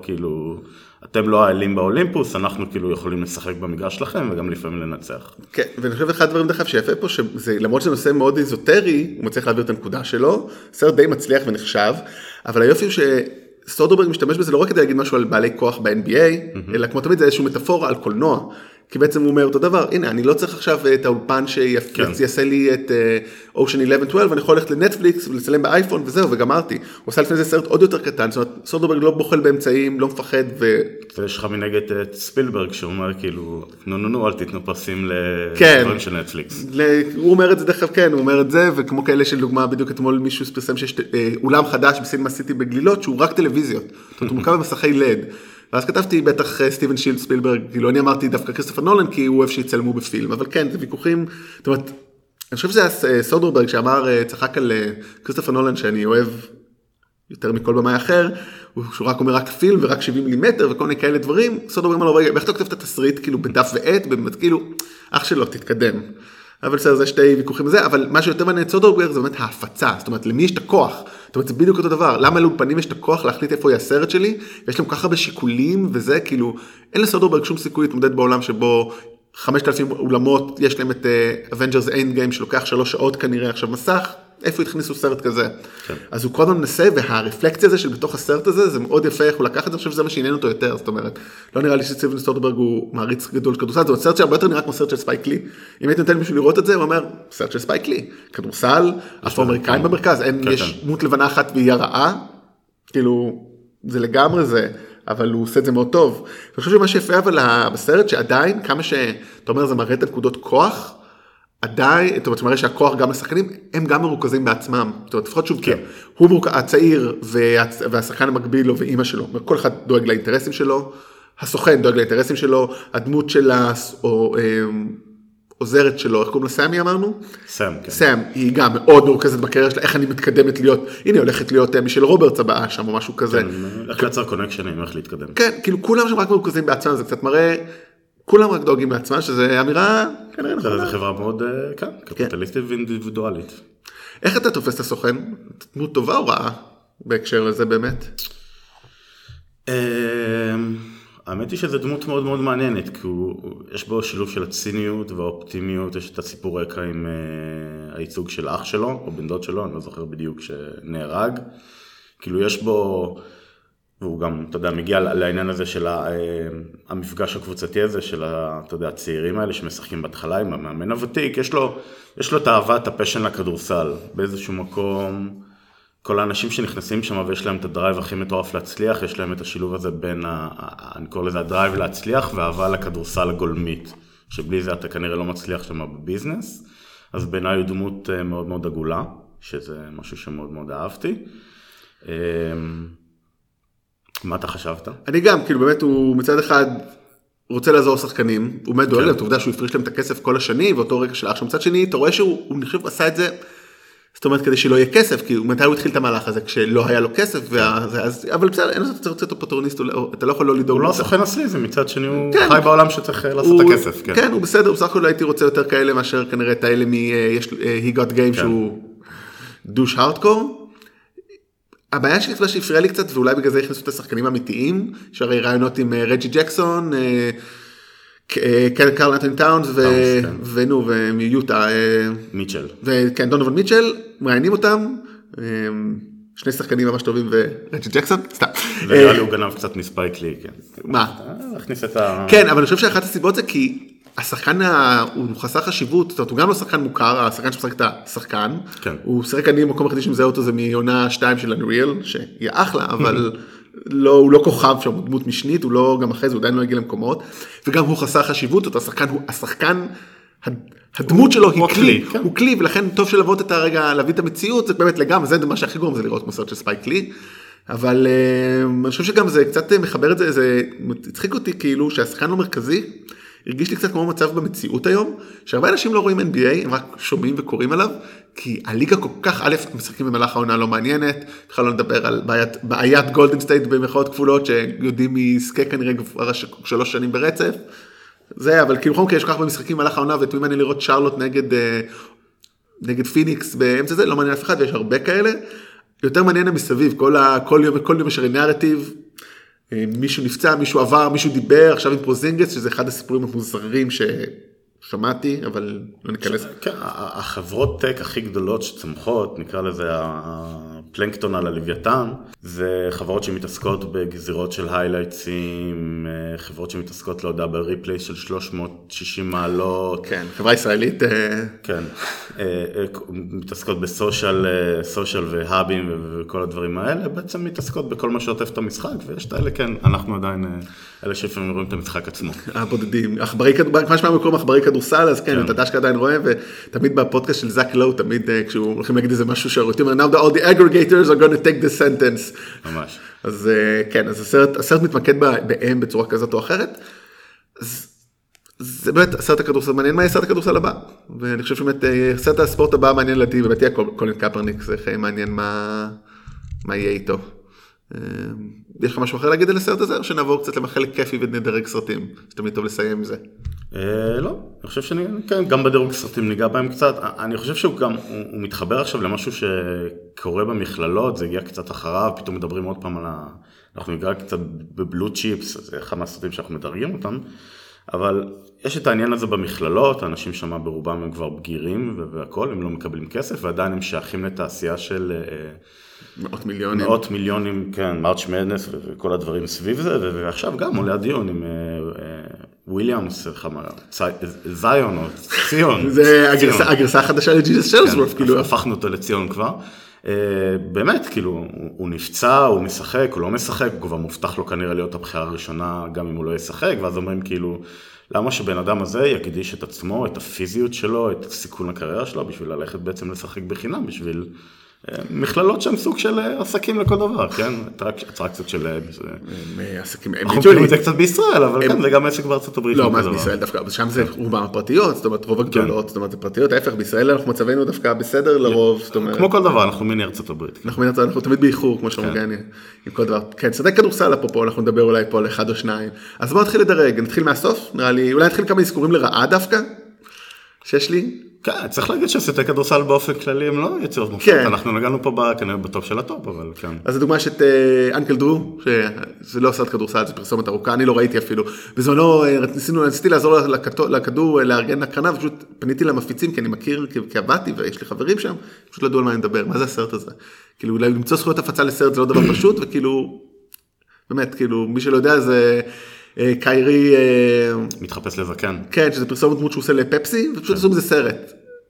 אתם לא העלים באולימפוס, אנחנו כאילו יכולים לשחק במגרש שלכם, וגם לפעמים לנצח. כן, ואני חושב אחד הדברים דחף שיפה פה, למרות שזה נושא מאוד איזוטרי, הוא מצליח להעביר את הנקודה שלו, סרט די מצליח ונחשב, אבל היופי הוא שסודרברג משתמש בזה לא רק כדי להגיד משהו על בעלי כוח ב-NBA, אלא כמו תמיד זה איזשהו מטאפורה על קולנוע, כי בעצם הוא אומר אותו דבר, הנה, אני לא צריך עכשיו את האולפן שיעשה לי את Ocean 11-12, אני יכול ללכת לנטפליקס ולצלם באייפון וזהו, וגמרתי. הוא עושה לפני זה סרט עוד יותר קטן, זאת אומרת, סודרברג לא בוחל באמצעים, לא מפחד ויש לך מנגד את ספילברג, שאומר כאילו, נו, אל תיתנו פרסים לדברים של נטפליקס. הוא אומר את זה דרך כלל, כן, הוא אומר את זה, וכמו כאלה של דוגמה, בדיוק אתמול מישהו פרסם שיש אולם חדש בסינמה סיטי בגלילות, שהוא רק טלוויזיות, זאת אומרת, הוא מורכב במסכי לד. ואז כתבתי בטח סטיבן שילד ספילברג, כאילו אני אמרתי דווקא כריסטופר נולן, כי הוא אוהב שיצלמו בפילם, אבל כן, זה ויכוחים, זאת אומרת, אני חושב שזה היה סודרברג שאמר, צחק על כריסטופר נולן, שאני אוהב יותר מכל במאי אחר, שהוא רק אומר רק פילם ורק 70 מילימטר וכל מיני כאלה דברים, סודרברג אמר לו, רגע, ואיך אתה כותב את התסריט, כאילו בדף ועט, באמת כאילו, אח שלו, תתקדם. אבל בסדר, זה שתי ויכוחים בזה, אבל מה שיותר מעניין את סודרברג זה באמת ההפצה, זאת אומרת, למי יש את הכוח? זאת אומרת, זה בדיוק אותו דבר, למה לאולפנים יש את הכוח להחליט איפה יהיה הסרט שלי, ויש להם ככה בשיקולים, וזה כאילו, אין לסודרברג שום סיכוי להתמודד בעולם שבו 5,000 אולמות, יש להם את Avengers Endgame שלוקח 3 שעות כנראה עכשיו מסך, איפה התכניסו סרט כזה? כן. אז הוא קודם מנסה, והרפלקציה הזה של בתוך הסרט הזה, זה מאוד יפה איך הוא לקח את זה, אני חושב שזה מה שעניין אותו יותר, זאת אומרת, לא נראה לי שסטיבן סודרברג הוא מעריץ גדול של כדורסל, זה סרט שהרבה יותר נראה כמו סרט של ספייק לי, אם הייתי נותן מישהו לראות את זה, הוא אומר, סרט של ספייק לי, כדורסל, אפרו-אמריקאים במרכז, יש דמות לבנה אחת והיא הרעה, כאילו, זה לגמרי זה, אבל הוא עושה את זה מאוד טוב. אני חושב שמה שיפה אבל בסרט שעדיין, כמה שאתה אומר, זה מראה את הנקודות כוח, עדיין, זאת אומרת, מראה שהכוח גם לשחקנים, הם גם מרוכזים בעצמם. זאת אומרת, לפחות שוב, כן. הוא הצעיר והשחקן המקביל לו ואימא שלו. כל אחד דואג לאינטרסים שלו, הסוכן דואג לאינטרסים שלו, הדמות שלה, או עוזרת שלו, איך קוראים לה סמי אמרנו? סם, כן. סם, היא גם מאוד מרוכזת בקריירה שלה, איך אני מתקדמת להיות, הנה הולכת להיות מישל רוברטס הבאה שם או משהו כזה. כן, איך לייצר קונקשנים, איך להתקדם. כן, כאילו כולם שם רק מרוכזים בעצמם, זה קצת מראה, כולם רק דואגים לעצמם, שזה אמירה כנראה נכונה. זה חברה מאוד, כן, קפיטליסטית ואינדיבידואלית. איך אתה תופס את הסוכן? דמות טובה או רעה בהקשר לזה באמת? האמת היא שזו דמות מאוד מאוד מעניינת, כי יש בו שילוב של הציניות והאופטימיות, יש את הסיפור רקע עם הייצוג של אח שלו, או בן דוד שלו, אני לא זוכר בדיוק שנהרג. כאילו יש בו, והוא גם, אתה יודע, מגיע לעניין הזה של המפגש הקבוצתי הזה, של, אתה יודע, הצעירים האלה שמשחקים בהתחלה עם המאמן הוותיק, יש לו את האהבה, את הפשן לכדורסל, באיזשהו מקום. כל האנשים שנכנסים שם ויש להם את הדרייב הכי מטורף להצליח, יש להם את השילוב הזה בין, אני קורא לזה הדרייב להצליח והאהבה לכדורסל הגולמית, שבלי זה אתה כנראה לא מצליח שם בביזנס, אז בעיניי הוא דמות מאוד מאוד עגולה, שזה משהו שמאוד מאוד אהבתי. מה אתה חשבת? אני גם, כאילו באמת הוא מצד אחד רוצה לעזור שחקנים, הוא באמת דואג להם, אתה יודע שהוא הפריש להם את הכסף כל השנים, ואותו רגע של אח שם מצד שני, אתה רואה שהוא נחשב עשה את זה, זאת אומרת, כדי שלא יהיה כסף, כי מתי הוא התחיל את המהלך הזה, כשלא היה לו כסף, אבל בסדר, אין אתה רוצה אותו פוטרוניסט, אתה לא יכול לא לדאוג. הוא לא סוכן אסלי, זה מצד שני, הוא חי בעולם שצריך לעשות את הכסף. כן, הוא בסדר, בסך הכל הייתי רוצה יותר כאלה, מאשר כנראה את האלה He Got Game, שהוא דוש הארדקור. הבעיה שהפריעה לי קצת, ואולי בגלל זה הכניסו את השחקנים האמיתיים, שהרי רעיונות עם רג'י ג'קסון, קרל אנטוני טאונס ומיוטה מיטשל וכן דונובל מיטשל מעיינים אותם שני שחקנים ממש טובים ורג'י ג'קסון סתם ונראה לי הוא גנב קצת מספייק לי מה? להכניס את ה... כן אבל אני חושב שאחת הסיבות זה כי השחקן הוא חסר חשיבות, זאת אומרת הוא גם לא שחקן מוכר, השחקן שמשחק את השחקן הוא שחק אני מקום היחידי שמזהה אותו זה מעונה 2 של Unreal שהיא אחלה אבל הוא לא כוכב שם, הוא דמות משנית, הוא לא, גם אחרי זה, הוא עדיין לא הגיע למקומות, וגם הוא חסר חשיבות, אותו השחקן, הדמות שלו היא כלי, הוא כלי, ולכן טוב שלבוא את הרגע, להביא את המציאות, זה באמת לגמרי, זה מה שהכי גורם, זה לראות מסורת של ספייק לי, אבל אני חושב שגם זה קצת מחבר את זה, זה הצחיק אותי כאילו, שהשחקן לא מרכזי, הרגיש לי קצת כמו מצב במציאות היום, שהרבה אנשים לא רואים NBA, הם רק שומעים וקוראים עליו, כי הליגה כל כך, א', המשחקים במהלך העונה לא מעניינת, בכלל לא נדבר על בעיית גולדן סטייט במחאות כפולות, שיודעים מעסקי כנראה כבר 3 שנים ברצף, זה, אבל כאילו חום, כי יש כל כך במשחקים במהלך העונה, ותמיד מעניין לראות שרלוט נגד פיניקס באמצע זה, לא מעניין אף אחד, ויש הרבה כאלה, יותר מעניין מסביב, כל יום יש הרי נרטיב, מישהו נפצע, מישהו עבר, מישהו דיבר, עכשיו עם פרוזינגס, שזה אחד הסיפורים המוזרים ששמעתי, אבל לא ניכנס. כן, החברות טק הכי גדולות שצמחות, נקרא לזה הפלנקטון על הלוויתן, זה חברות שמתעסקות בגזירות של היילייטסים, חברות שמתעסקות, לא יודע, בריפלי של 360 מעלות. כן, חברה ישראלית. כן, מתעסקות בסושיאל והאבים וכל הדברים האלה, בעצם מתעסקות בכל מה שעוטף את המשחק, ויש את האלה, כן, אנחנו עדיין, אלה שלפעמים רואים את המשחק עצמו. הבודדים, מה שמע מקום עכברי כדורסל, אז כן, אתה דשקה עדיין רואה, ותמיד בפודקאסט של זק לואו, תמיד כשהוא הולכים להגיד איזה משהו שהרותים, now all the aggregators are going to take this sentence. ממש. אז כן, אז הסרט מתמקד בהם בצורה כזאת או אחרת, אז זה באמת הסרט הכדורסל מעניין, מה יהיה הסרט הכדורסל הבא? ואני חושב שבאמת הסרט הספורט הבא מעניין לדעתי, באמת יהיה קולין קפרניק, זה מעניין מה יהיה איתו. יש לך משהו אחר להגיד על הסרט הזה, או שנעבור קצת לחלק כיפי ונדרג סרטים, שתמיד טוב לסיים עם זה? לא, אני חושב שאני, כן, גם בדירוג סרטים ניגע בהם קצת, אני חושב שהוא גם, הוא מתחבר עכשיו למשהו שקורה במכללות, זה הגיע קצת אחריו, פתאום מדברים עוד פעם על אנחנו ניגע קצת בבלו צ'יפס, זה אחד מהסרטים שאנחנו מדרגים אותם, אבל יש את העניין הזה במכללות, האנשים שם ברובם הם כבר בגירים והכל, הם לא מקבלים כסף, ועדיין הם שייכים לתעשייה של מאות מיליונים, כן, מרץ' מדנס וכל הדברים סביב זה, ועכשיו גם עולה הדיון עם וויליאמס, זיון או ציון. זה הגרסה החדשה לג'יזוס שלסוורף, כאילו. הפכנו אותו לציון כבר. באמת, כאילו, הוא נפצע, הוא משחק, הוא לא משחק, הוא כבר מובטח לו כנראה להיות הבחירה הראשונה, גם אם הוא לא ישחק, ואז אומרים כאילו, למה שבן אדם הזה יקדיש את עצמו, את הפיזיות שלו, את הסיכון לקריירה שלו, בשביל ללכת בעצם לשחק בחינם, בשביל מכללות שהן סוג של עסקים לכל דבר, כן? אטרקציות של עסקים, אנחנו מכירים את זה קצת בישראל, אבל כן, זה גם עסק בארצות הברית. לא, מה זה בישראל דווקא, שם זה רובם הפרטיות, זאת אומרת, רוב הגדולות, זאת אומרת, זה פרטיות, ההפך, בישראל אנחנו מצבנו דווקא בסדר לרוב, זאת אומרת... כמו כל דבר, אנחנו מיני ארצות הברית. אנחנו תמיד באיחור, כמו שאומרים, עם כל דבר. כן, שדה כדורסל אפרופו, אנחנו נדבר אולי פה על אחד או שניים. אז בואו נתחיל לדרג, נתחיל מהסוף, נראה לי, אולי נתחיל כמה אזכורים לרעה דווקא, שיש לי. כן, צריך להגיד שסרטי כדורסל באופן כללי הם לא יצירות מופת, אנחנו נגענו פה כנראה בטופ של הטופ, אבל כן. אז לדוגמה יש את אנקל דרו, שזה לא סרט כדורסל, זה פרסומת ארוכה, אני לא ראיתי אפילו. בזמנו ניסיתי לעזור לכדור, לארגן הקרנה, ופשוט פניתי למפיצים, כי אני מכיר, כי עבדתי, ויש לי חברים שם, פשוט לא ידעו על מה אני מדבר, מה זה הסרט הזה? כאילו, אולי למצוא זכויות הפצה לסרט זה לא דבר פשוט, וכאילו, באמת, כאילו, מי שלא יודע זה... קיירי... מתחפש לזקן. כן, שזה פרסומת דמות שהוא עושה לפפסי, ופשוט עשו מזה סרט.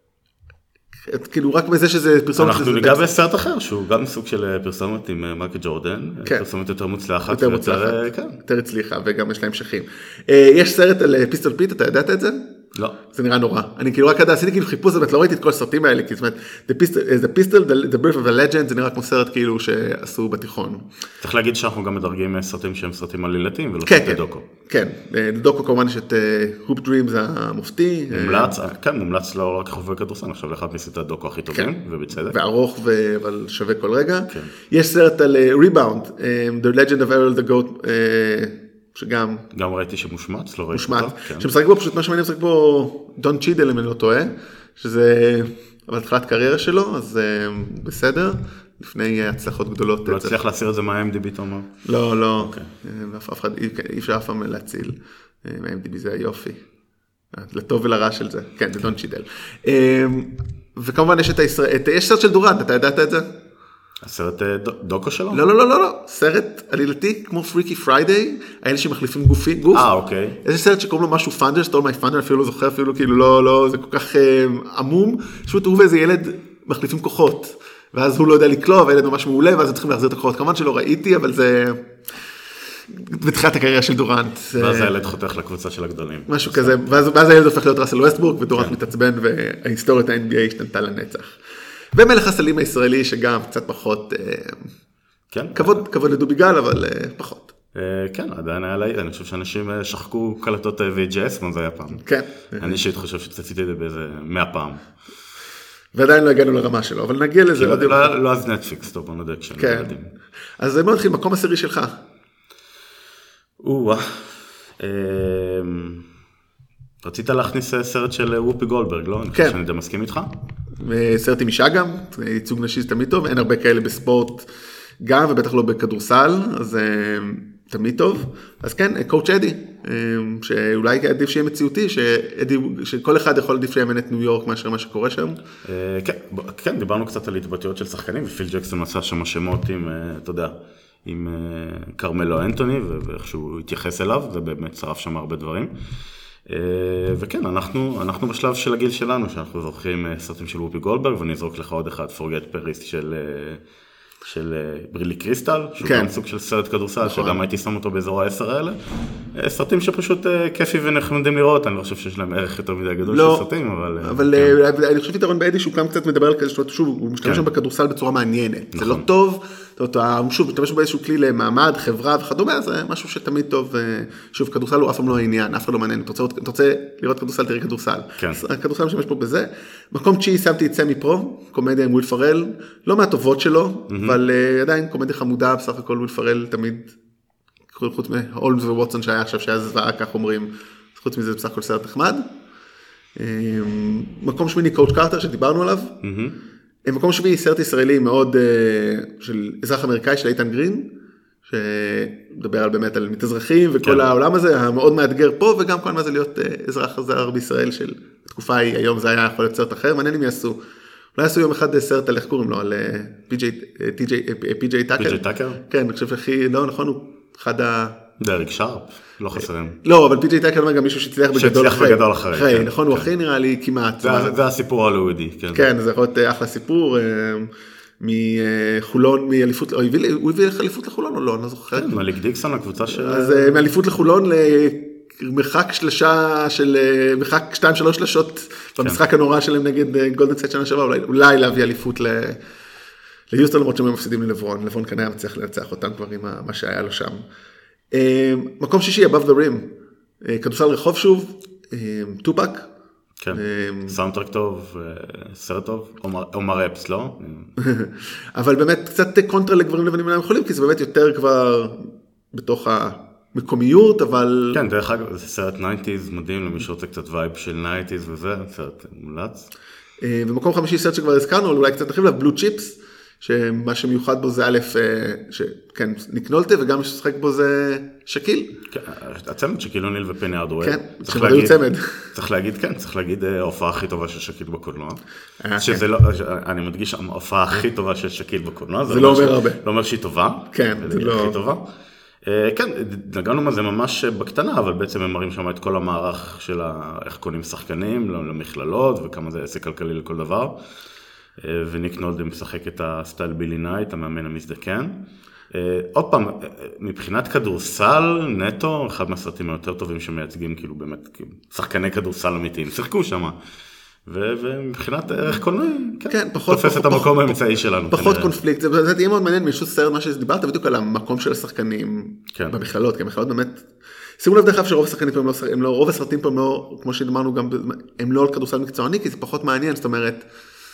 כאילו רק בזה שזה פרסומת... אנחנו ניגע בסרט אחר, שהוא גם סוג של פרסומת עם מייקל ג'ורדן, פרסומת יותר מוצלחת. יותר הצליחה, וגם יש לה המשכים. יש סרט על פיסטול פיט, אתה ידעת את זה? לא. זה נראה נורא. אני כאילו רק עשיתי כאילו חיפוש, זאת אומרת, לא ראיתי את כל הסרטים האלה, כי זאת אומרת, The Pistol, The Birth of a Legend, זה נראה כמו סרט כאילו שעשו בתיכון. צריך להגיד שאנחנו גם מדרגים סרטים שהם סרטים עלילתיים, ולא סרטי דוקו. כן, לדוקו כמובן יש את Hoop Dreams המופתי. מומלץ, כן, מומלץ לא רק חובבי כדורסל, עכשיו לאחד מסרטי הדוקו הכי טובים, ובצדק. וארוך, אבל שווה כל רגע. יש סרט על Rebound, The Legend of Errol the Goat, שגם... גם ראיתי שמושמץ, לא ראיתי אותו. שמשחק בו, פשוט מה שמעניין משחק בו דון צ'ידל, אם אני לא טועה, שזה... אבל התחלת קריירה שלו, אז בסדר, לפני הצלחות גדולות. לא הצליח להסיר את זה מה-MDB, אתה אומר? לא, לא. אף אחד, אי אפשר אף פעם להציל. מה-MDB זה היופי. לטוב ולרע של זה. כן, זה דון צ'ידל. וכמובן יש יש סרט של דורנט, אתה ידעת את זה? הסרט דוקו שלו? לא, לא, לא, לא, סרט עלילתי כמו פריקי פריידיי, האלה שמחליפים גוף. אוקיי. איזה סרט שקוראים לו משהו פאנדר, סטול מי פאנדר, אפילו לא זוכר, אפילו כאילו לא, זה כל כך עמום, פשוט הוא ואיזה ילד מחליפים כוחות, ואז הוא לא יודע לקלוע, והילד ממש מעולה, ואז הם צריכים להחזיר את הכוחות. כמובן שלא ראיתי, אבל זה בתחילת הקריירה של דורנט. ואז הילד חותך לקבוצה של הגדולים. משהו כזה, ואז הילד הופך להיות ראסל ווסטברוק, ודורנט מתעצבן, וההיסטוריית ה-NBA השתנתה לנצח. ומלך הסלים הישראלי שגם קצת פחות, כבוד לדובי גל, אבל פחות. כן, עדיין היה לי, אני חושב שאנשים שחקו קלטות VHS, מה זה היה פעם. כן. אני אישית חושב שצפיתי את זה באיזה 100 פעם. ועדיין לא הגענו לרמה שלו, אבל נגיע לזה. לא אז נטפליקס, טוב, בוא נדע כשאני ילדים. אז בוא נתחיל, מקום עשירי שלך. רצית להכניס סרט של וופי גולדברג, לא? אני חושב שאני די מסכים איתך. סרט עם אישה גם, ייצוג נשי זה תמיד טוב, אין הרבה כאלה בספורט גם, ובטח לא בכדורסל, אז תמיד טוב. אז כן, קואוצ' אדי, שאולי עדיף שיהיה מציאותי, שכל אחד יכול עדיף שיאמן את ניו יורק מאשר מה שקורה שם. כן, דיברנו קצת על התבטאויות של שחקנים, ופיל ג'קסון עשה שם שמות עם, אתה יודע, עם קרמלו אנטוני, ואיך שהוא התייחס אליו, ובאמת שרף שם הרבה דברים. וכן, אנחנו בשלב של הגיל שלנו, שאנחנו זוכרים סרטים של וופי גולדברג, ואני אזרוק לך עוד אחד, Forget Paris של ברילי קריסטל, שהוא גם סוג של סרט כדורסל, שגם הייתי שם אותו באזור ה-10 האלה. סרטים שפשוט כיפי ונחמדים לראות, אני לא חושב שיש להם ערך יותר מדי גדול של סרטים, אבל אני חושב יתרון באדי שהוא גם קצת מדבר על כזה, שוב, הוא משתמש שם בכדורסל בצורה מעניינת, זה לא טוב, שוב, משתמש באיזשהו כלי למעמד, חברה וכדומה, זה משהו שתמיד טוב, שוב, כדורסל הוא אף פעם לא העניין, אף אחד לא מעניין, אתה רוצה לראות כדורסל, תראי כדורסל. הכדורסל משתמש פה בזה. מקום 9 שמתי את סמי פרו, קומדיה עם וויל פרל, לא מהטובות שלו, אבל עדיין קומדיה חמודה, בסך הכל וויל פרל תמיד, חוץ מהולמס וווטסון שהיה עכשיו, שהיה זוועה, כך אומרים, חוץ מזה בסך הכל סרט נחמד. מקום 8 קואוצ' קרטר שדיברנו עליו. מקום 7 סרט ישראלי מאוד של אזרח אמריקאי של איתן גרין, שמדבר על באמת על מתאזרחים וכל העולם הזה, המאוד מאתגר פה, וגם כאן מה זה להיות אזרח זר בישראל של התקופה ההיא, היום זה היה יכול להיות סרט אחר, מעניין אם יעשו. אולי יעשו יום אחד סרט על, איך קוראים לו, על פי.ג'יי טאקר. כן, אני חושב שהכי, לא, נכון, הוא אחד דריק שרפ, לא חסרים. לא, אבל פי.ג'יי טאקר אומר גם מישהו שהצליח בגדול אחרי. נכון, הוא הכי נראה לי כמעט. זה הסיפור הלואודי. כן, זה יכול להיות אחלה סיפור. מחולון, מאליפות, הוא הביא אליפות לחולון או לא? אני לא זוכר. כן, מליק דיקסון, הקבוצה של... אז מאליפות לחולון למרחק שלושה של, מרחק 2-3 שלשות במשחק הנורא שלהם נגד גולדן סטייט שנה שעברה, אולי להביא אליפות ליוסטון למרות שהם מפסידים ללברון, לברון כנראה מצליח לנצח אותם כבר עם מה שהיה לו שם. מקום שישי, above the rim, כדורסל רחוב שוב, טופק. כן, סאונדטרק טוב, סרט טוב, אומר אפס, לא? אבל באמת קצת קונטרה לגברים לבנים אינם יכולים, כי זה באמת יותר כבר בתוך המקומיות, אבל... כן, דרך אגב, זה סרט 90s מדהים, למי שרוצה קצת וייב של 90s וזה, סרט מולץ. ומקום חמישי סרט שכבר הזכרנו, אולי קצת נרחיב עליו, בלו צ'יפס, שמה שמיוחד בו זה א', שכן, ניק נולטה, וגם ששחק בו זה שקיל. הצמד שקיל אוניל ופני ארדווי. כן, שבדיוק צמד. צריך להגיד, כן, צריך להגיד ההופעה הכי טובה של שקיל בקולנוע. שזה לא, אני מדגיש, ההופעה הכי טובה של שקיל בקולנוע. זה לא אומר הרבה. לא אומר שהיא טובה. כן, זה לא... הכי טובה. כן, נגענו מה זה ממש בקטנה, אבל בעצם הם מראים שם את כל המערך של איך קונים שחקנים למכללות, וכמה זה עסק כלכלי לכל דבר. וניק נולדה משחק את הסטייל בילי נייט, המאמן המזדקן. עוד פעם, מבחינת כדורסל נטו, אחד מהסרטים היותר טובים שמייצגים כאילו באמת שחקני כדורסל אמיתיים, שיחקו שם. ומבחינת ערך קולנועי, כן, תופס את המקום האמצעי שלנו. פחות קונפליקט, זה תהיה מאוד מעניין, מישהו סרט מה שדיברת בדיוק על המקום של השחקנים במכללות, כי המכללות באמת, שימו לב דרך אגב שרוב השחקנים פה הם לא, רוב הסרטים פה הם לא, כמו שדיברנו גם, הם לא על כדורסל מקצועני, כי זה פחות מעניין, זאת אומרת,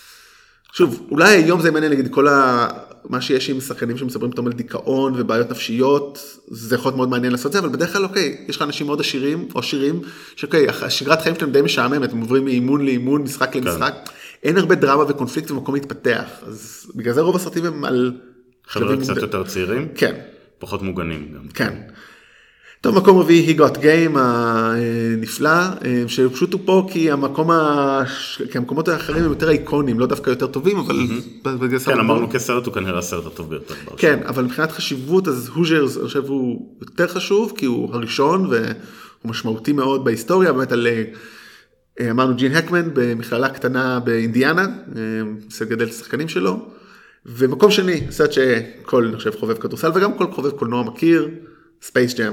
שוב, אולי היום זה מעניין, נגיד, כל מה שיש עם שחקנים שמספרים פתאום על דיכאון ובעיות נפשיות, זה יכול להיות מאוד מעניין לעשות את זה, אבל בדרך כלל, אוקיי, יש לך אנשים מאוד עשירים, או שירים, שאוקיי, השגרת חיים שלהם די משעממת, הם עוברים מאימון לאימון, משחק למשחק, אין הרבה דרמה וקונפליקט ומקום להתפתח, אז בגלל זה רוב הסרטים הם על... חבר'ה קצת יותר צעירים? כן. פחות מוגנים גם. כן. טוב, מקום רביעי, He Got Game הנפלא, שפשוט הוא פה כי המקומות האחרים הם יותר איקונים, לא דווקא יותר טובים, אבל... כן, אמרנו כסרט הוא כנראה הסרט הטוב ביותר. כן, אבל מבחינת חשיבות, אז הוז'רס, אני חושב, הוא יותר חשוב, כי הוא הראשון, והוא משמעותי מאוד בהיסטוריה, באמת על... אמרנו ג'ין הקמן במכללה קטנה באינדיאנה, זה גדל את השחקנים שלו, ומקום שני, סרט שכל, אני חושב, חובב כדורסל, וגם כל חובב קולנוע מכיר, ספייס ג'ם.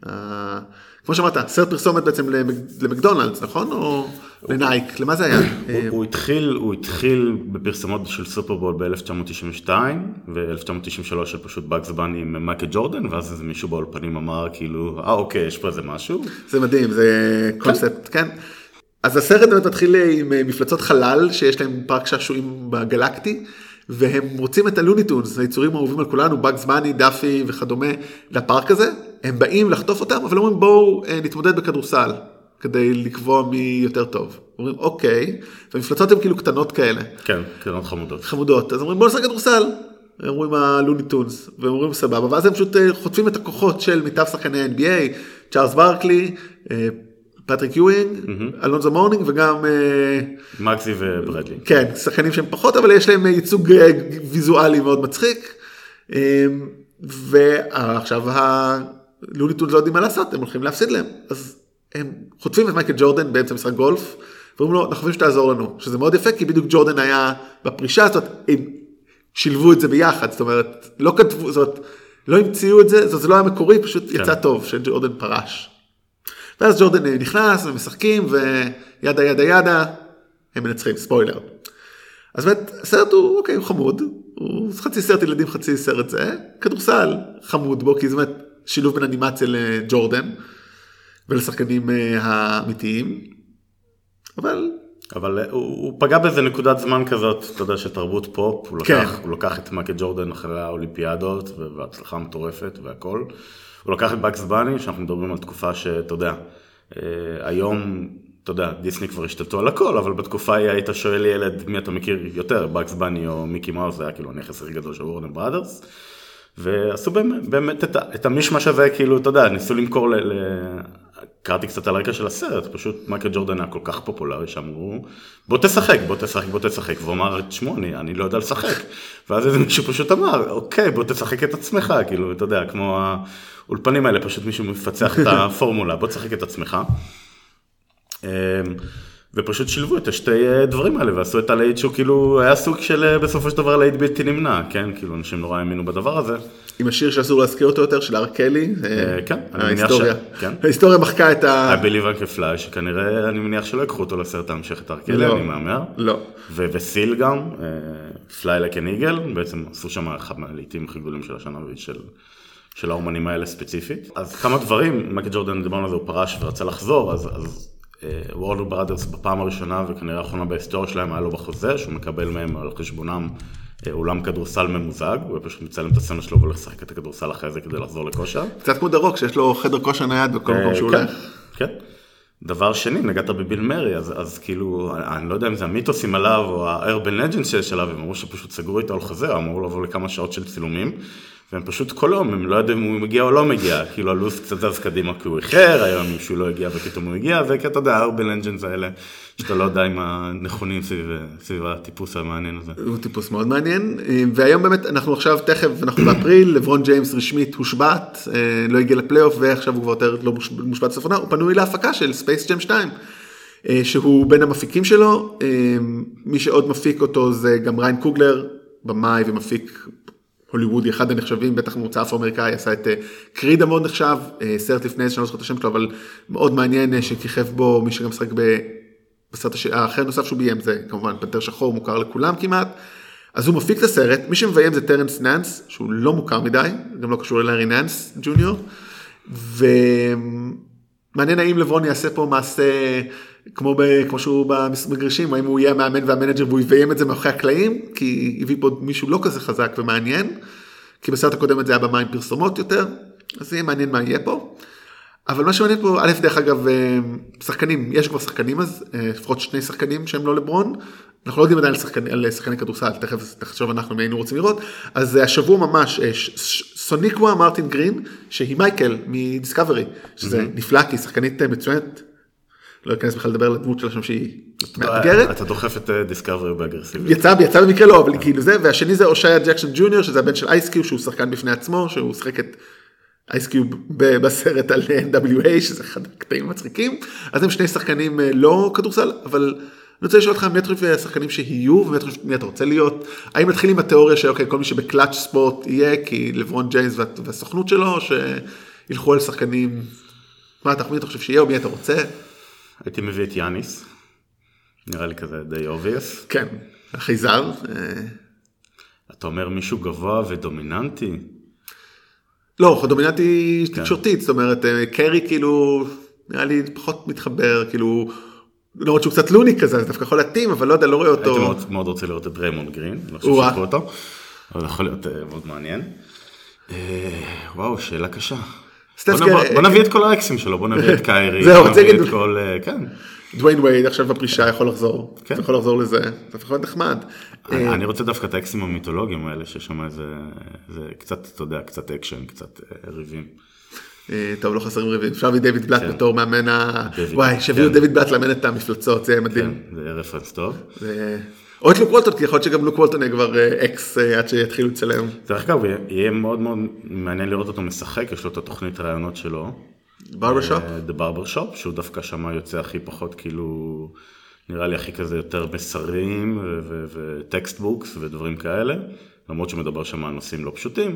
כמו שאמרת, סרט פרסומת בעצם למקדונלדס, נכון? או לנייק, למה זה היה? הוא התחיל בפרסומות של סופרבול ב-1992, ו-1993 של פשוט בקס בני עם מייקל ג'ורדן, ואז איזה מישהו באולפנים אמר כאילו, אוקיי, יש פה איזה משהו. זה מדהים, זה קונספט, כן. אז הסרט באמת מתחיל עם מפלצות חלל, שיש להם פארק שעשועים בגלקטי, והם רוצים את הלוניטונס, היצורים האהובים על כולנו, בקס בני, דאפי וכדומה, לפארק הזה. הם באים לחטוף אותם, אבל אומרים בואו נתמודד בכדורסל, כדי לקבוע מי יותר טוב. אומרים אוקיי, והמפלצות הן כאילו קטנות כאלה. כן, קטנות חמודות. חמודות, אז אומרים בואו נעשה כדורסל. הם אומרים הלוניטונס, והם אומרים סבבה, ואז הם פשוט חוטפים את הכוחות של מיטב שחקני NBA, צ'ארלס ברקלי, פטריק יואינג, אלונזו מורנינג, וגם... מקסי וברדלי. כן, שחקנים שהם פחות, אבל יש להם ייצוג ויזואלי מאוד מצחיק. ועכשיו הלוניטונס לא יודעים מה לעשות, הם הולכים להפסיד להם. אז הם חוטפים את מייקל ג'ורדן באמצע משחק גולף, ואומרים לו, אנחנו חושבים שתעזור לנו. שזה מאוד יפה, כי בדיוק ג'ורדן היה בפרישה, זאת אומרת, הם שילבו את זה ביחד, זאת אומרת, לא כתבו, זאת אומרת, לא המציאו את זה, זה לא היה מקורי, פשוט יצא טוב, שג'ורדן פרש. ואז ג'ורדן נכנס, ומשחקים, וידה ידה ידה, הם מנצחים, ספוילר. אז באמת, הסרט הוא, אוקיי, הוא חמוד, הוא חצי סרט ילדים, חצי סרט זה, כדורסל חמוד בו, כי זה באמת שילוב בין אנימציה לג'ורדן, ולשחקנים האמיתיים, אבל הוא פגע באיזה נקודת זמן כזאת, אתה יודע, שתרבות פופ, הוא לקח את מייקל ג'ורדן אחרי האולימפיאדות, וההצלחה מטורפת והכל, הוא לקח את בקס בני, שאנחנו מדברים על תקופה שאתה יודע, היום, אתה יודע, דיסני כבר השתלטו על הכל, אבל בתקופה היית שואל ילד, מי אתה מכיר יותר, בקס בני או מיקי מאוס, זה היה כאילו הנכס הכי גדול של וורנר בראדרס, ועשו באמת את המשמש הזה, כאילו, אתה יודע, ניסו למכור קראתי קצת על הרקע של הסרט, פשוט מייקל ג'ורדן היה כל כך פופולרי, שאמרו, בוא תשחק, והוא אמר, תשמעו, אני לא יודע לשחק, ואז איזה מישהו פשוט אמר, אוקיי, בוא תשחק את עצמך, כאילו, אתה יודע, כמו האולפנים האלה, פשוט מישהו מפצח את הפורמולה, בוא תשחק את עצמך, ופשוט שילבו את השתי דברים האלה, ועשו את הלהיט שהוא כאילו, היה סוג של בסופו של דבר להיט בלתי נמנע, כן, כאילו, אנשים נורא האמינו בדבר הזה, עם השיר שאסור להזכיר אותו יותר, של ארקלי. כן, אני מניח ההיסטוריה מחקה את ה... I Believe I Can Fly, שכנראה אני מניח שלא יקחו אותו לסרט ההמשך את ארקלי, אני מאמר. לא. וסיל גם, Fly Like an Eagle, בעצם עשו שם אחד מהלעיתים הכי גדולים של השנה של האומנים האלה ספציפית. אז כמה דברים, מייקל ג'ורדן דיברנו על זה, הוא פרש ורצה לחזור, אז וורנר בראדרס בפעם הראשונה וכנראה האחרונה בהיסטוריה שלהם היה לו בחוזה, שהוא מקבל מהם על חשבונם אולם כדורסל ממוזג, הוא פשוט מצלם את הסצנה שלו והולך לשחק את הכדורסל אחרי זה כדי לחזור לכושר. קצת כמו דרוק, שיש לו חדר כושר נייד בכל מקום שהוא הולך. כן. דבר שני, נגעת בביל מרי, אז כאילו, אני לא יודע אם זה המיתוסים עליו או הארבן לג'נד שיש עליו, הם אמרו שפשוט סגרו איתו על חוזה, הוא אמור לבוא לכמה שעות של צילומים, והם פשוט כל יום, הם לא יודעים אם הוא מגיע או לא מגיע, כאילו הלו"ז קצת זז קדימה כי הוא איחר, היום אם שהוא לא הגיע ופתאום הוא הגיע, זה כי אתה יודע, הארבן לג'נדס האלה, שאתה לא יודע אם הנכונים סביב הטיפוס המעניין הזה. הוא טיפוס מאוד מעניין, והיום באמת אנחנו עכשיו תכף, אנחנו באפריל, לברון ג'יימס רשמית הושבט, לא הגיע לפלייאוף, ועכשיו הוא כבר יותר לא מושבט סוף עונה, הוא פנוי להפקה של ספייס ג'ם 2, שהוא בין המפיקים שלו, מי שעוד מפיק אותו זה גם ריין קוגלר, במאי ומפיק הוליוודי, אחד הנחשבים, בטח ממוצא אפרו-אמריקאי, עשה את קריד המאוד נחשב, סרט לפני, שאני לא זוכר את השם שלו, אבל מאוד מעניין שכיכב בו מי שגם שחק בסרט האחר נוסף שהוא ביים, זה כמובן פנתר שחור, מוכר לכולם כמעט, אז הוא מפיק את הסרט, מי שמביים זה טרנס נאנס, שהוא לא מוכר מדי, גם לא קשור ללארי נאנס ג'וניור, ומעניין האם לברון יעשה פה מעשה כמו שהוא במגרשים, האם הוא יהיה המאמן והמנג'ר והוא יביים את זה מאחורי הקלעים, כי הביא פה מישהו לא כזה חזק ומעניין, כי בסרט הקודם את זה היה במה עם פרסומות יותר, אז יהיה מעניין מה יהיה פה. אבל מה שמעניין פה, א' דרך אגב, שחקנים, יש כבר שחקנים אז, לפחות 2 שחקנים שהם לא לברון, אנחנו לא יודעים עדיין על שחקני כדורסל, תכף תחשוב אנחנו מי היינו רוצים לראות, אז השבוע ממש, סוניקווה מרטין גרין, שהיא מייקל מדיסקאברי, שזה נפלא כי שחקנית מצוינת, לא אכנס בכלל לדבר על הדמות שלה שם שהיא מאתגרת. אתה דוחף את דיסקאברי באגרסיביות. יצא במקרה לא, אבל כאילו זה, והשני זה אושיה ג'קסון ג'וניור, שזה הבן של אייסקיוב, שהוא שחקן בפני עצמו, שהוא שחק את אייסקיוב בסרט על NWA, שזה אחד הקטעים מצחיקים, אז הם 2 שחקנים לא כדורסל, אבל אני רוצה לשאול אותך, מי אתה חושב השחקנים שיהיו, ומי אתה רוצה להיות? האם נתחיל עם התיאוריה שאוקיי, כל מי שבקלאץ' ספורט יהיה, כי לברון ג'יימס והסוכנות שלו, שילכו על שחקנים, מה אתה חושב שיהיה, או מי אתה רוצה? הייתי מביא את יאניס, נראה לי כזה די obvious. כן, החייזר. אתה אומר מישהו גבוה ודומיננטי? לא, דומיננטי תקשורתית, זאת אומרת, קרי כאילו, נראה לי פחות מתחבר, כאילו, למרות שהוא קצת לוני כזה, אז דווקא יכול להתאים, אבל לא יודע, לא רואה אותו. הייתי מאוד רוצה לראות את דריימונד גרין, לא חושב שיקחו אותו, אבל יכול להיות מאוד מעניין. וואו, שאלה קשה. בוא נביא את כל האקסים שלו, בוא נביא את קיירי, בוא נביא את כל, כן. דוויין וייד עכשיו בפרישה יכול לחזור, יכול לחזור לזה, זה יכול להיות נחמד. אני רוצה דווקא את האקסים המיתולוגיים האלה, ששם איזה קצת, אתה יודע, קצת אקשן, קצת ריבים. טוב, לא חסרים ריבים, אפשר להביא דיוויד בלאט בתור מאמן וואי, שהביאו דיוויד בלאט לאמן את המפלצות, זה מדהים. כן, זה רפרנס טוב. או את לוק וולטון, כי יכול להיות שגם לוק וולטון יהיה כבר אקס עד שיתחילו לצלם. דרך אגב, יהיה מאוד מאוד מעניין לראות אותו משחק, יש לו את התוכנית רעיונות שלו. ברברשופ? The Barbershop, שהוא דווקא שם יוצא הכי פחות, כאילו, נראה לי הכי כזה יותר מסרים וטקסטבוקס ודברים כאלה, למרות שמדבר שם על נושאים לא פשוטים.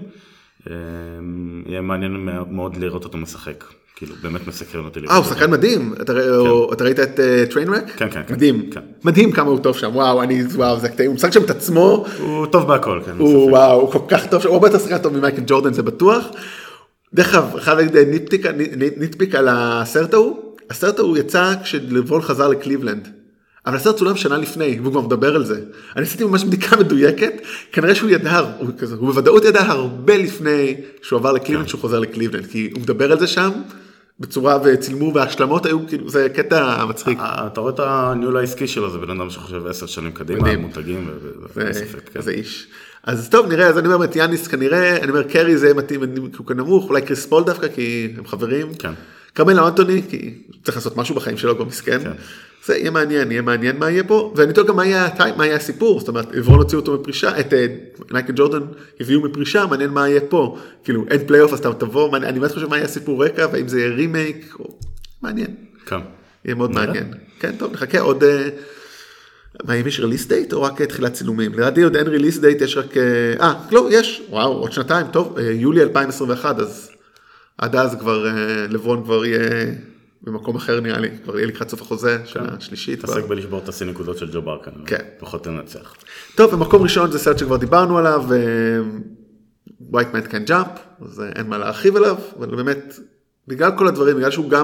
יהיה מעניין מאוד לראות אותו משחק. כאילו, באמת מסקרן אותי. הוא שחקן מדהים. אתה ראית את טריינרק? כן, כן. מדהים. מדהים כמה הוא טוב שם. וואו, זה קטעים. הוא משחק שם את עצמו. הוא טוב בהכל, כן. וואו, הוא כל כך טוב שם. הוא הרבה יותר שחקן טוב ממייקל ג'ורדן, זה בטוח. דרך אגב, אחד ניטפיק על הסרט ההוא. הסרט ההוא יצא כשלברון חזר לקליבלנד. אבל הסרט צולם שנה לפני, והוא כבר מדבר על זה. אני עשיתי ממש בדיקה מדויקת, כנראה שהוא ידע, הוא בוודאות ידע הרבה לפני שהוא עבר לקליבלנד, שהוא חוזר לקליבלנד, כי הוא מדבר על זה שם, בצורה וצילמו וההשלמות היו, זה קטע מצחיק. אתה רואה את הניהול העסקי שלו, זה בן אדם שחושב 10 שנים קדימה, מותגים, זה איש. אז טוב, נראה, אז אני אומר, יאניס כנראה, אני אומר, קרי זה מתאים, הוא כנמוך, אולי קריס פול דווקא, כי הם חברים. קרמלו אנטוני, כי צריך לעשות משהו בחיים שלו, גם מסכן. זה יהיה מעניין מה יהיה פה, ואני יודע גם מה יהיה הסיפור, זאת אומרת, לברון הוציאו אותו מפרישה, את מייקל ג'ורדן הביאו מפרישה, מעניין מה יהיה פה, כאילו אין פלייאוף, אז אתה תבוא, אני באמת חושב מה יהיה הסיפור רקע, והאם זה יהיה רימייק, או מעניין. כן. יהיה מאוד מעניין. כן, טוב, נחכה עוד מה, אם יש ריליס דייט או רק תחילת צילומים? לדעתי עוד אין ריליס דייט, יש רק... לא, יש, וואו, עוד שנתיים, טוב, יולי 2021, אז עד אז כבר, לברון כבר יהיה במקום אחר נראה לי, כבר יהיה לקראת סוף החוזה, שנה השלישית. תעסק בלשבור את הסי נקודות של ג'ו ברקן, פחות תנצח. טוב, במקום ראשון זה סרט שכבר דיברנו עליו, White Man Can Jump, אז אין מה להרחיב עליו, אבל באמת, בגלל כל הדברים, בגלל שהוא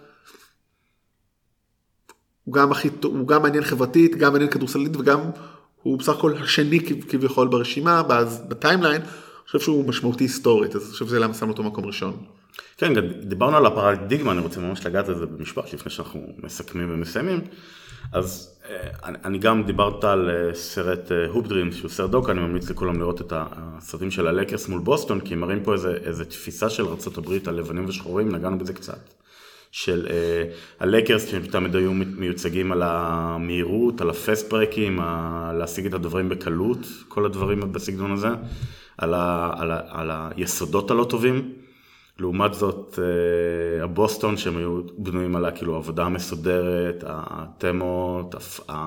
גם מעניין חברתית, גם מעניין כדורסלית, וגם הוא בסך הכל השני כביכול ברשימה, בטיימליין, אני חושב שהוא משמעותי היסטורית, אז אני חושב שזה למה שמנו אותו מקום ראשון. כן, דיברנו על הפרדיגמה, אני רוצה ממש לגעת את זה במשפט, לפני שאנחנו מסכמים ומסיימים, אז אני גם דיברת על סרט הופ דרים, שהוא סרט דוקו, אני ממליץ לכולם לראות את הסרטים של הלקרס מול בוסטון, כי מראים פה איזה תפיסה של ארצות הברית על לבנים ושחורים, נגענו בזה קצת. של הלקרס, שהם תמיד היו מיוצגים על המהירות, על הפסט ברקים, להשיג את הדברים בקלות, כל הדברים בסגנון הזה, על היסודות הלא טובים. לעומת זאת, הבוסטון, שהם היו בנויים על כאילו העבודה המסודרת, התמות,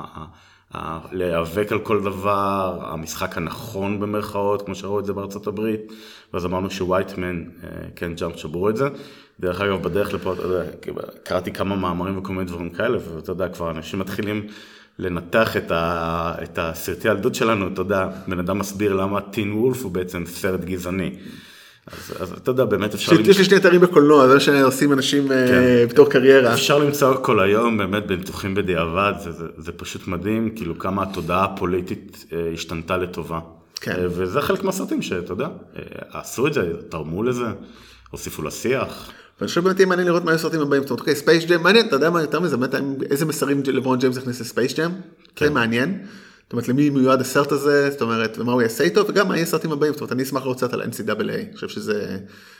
להיאבק על כל דבר, המשחק הנכון במרכאות, כמו שראו את זה בארצות הברית, ואז אמרנו שווייטמן כן ג'אמפ שברו את זה. דרך אגב, בדרך לפה, קראתי כמה מאמרים וכל מיני דברים כאלה, ואתה יודע, כבר אנשים מתחילים לנתח את הסרטי הילדות שלנו, אתה יודע, בן אדם מסביר למה טין וולף הוא בעצם סרט גזעני. אז אתה יודע, באמת אפשר... יש לי שני אתרים בקולנוע, זה שעושים אנשים בתור קריירה. אפשר למצוא כל היום, באמת, בניתוחים בדיעבד, זה פשוט מדהים, כאילו כמה התודעה הפוליטית השתנתה לטובה. וזה חלק מהסרטים שאתה יודע, עשו את זה, תרמו לזה, הוסיפו לשיח. ואני חושב באמת מעניין לראות מה היו סרטים הבאים, זאת אומרת, אוקיי, ספייס ג'ם, מעניין, אתה יודע מה יותר מזה, איזה מסרים לברון ג'יימס הכניס לספייס ג'ם? זה מעניין. זאת אומרת, למי מיועד הסרט הזה, זאת אומרת, ומה הוא יעשה איתו, וגם מה יהיה סרטים הבאים, זאת אומרת, אני אשמח להוצאת על NCAA, אני חושב שזה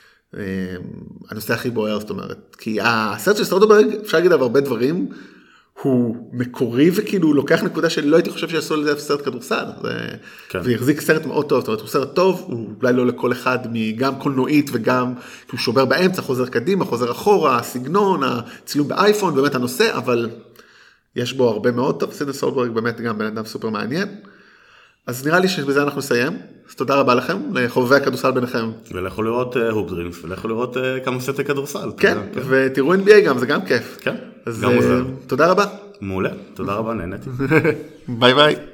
הנושא הכי בוער, זאת אומרת, כי הסרט של סטרודברג, אפשר להגיד עליו הרבה דברים, הוא מקורי וכאילו הוא לוקח נקודה שלא הייתי חושב שיעשו על זה סרט כדורסל, והחזיק סרט מאוד טוב, זאת אומרת, הוא סרט טוב, הוא אולי לא לכל אחד, גם קולנועית וגם, כי הוא שובר באמצע, חוזר קדימה, חוזר אחורה, הסגנון, הצילום באייפון, באמת הנושא, אבל יש בו הרבה מאוד טוב, סידני סולברג באמת גם בן אדם סופר מעניין, אז נראה לי שבזה אנחנו נסיים, אז תודה רבה לכם, לחובבי הכדורסל ביניכם. ולכו לראות הופ דרימס, ולכו לראות כמה סרטי כדורסל. כן, ותראו NBA גם, זה גם כיף. כן, אז תודה רבה. מעולה, תודה רבה, נהניתי. ביי ביי.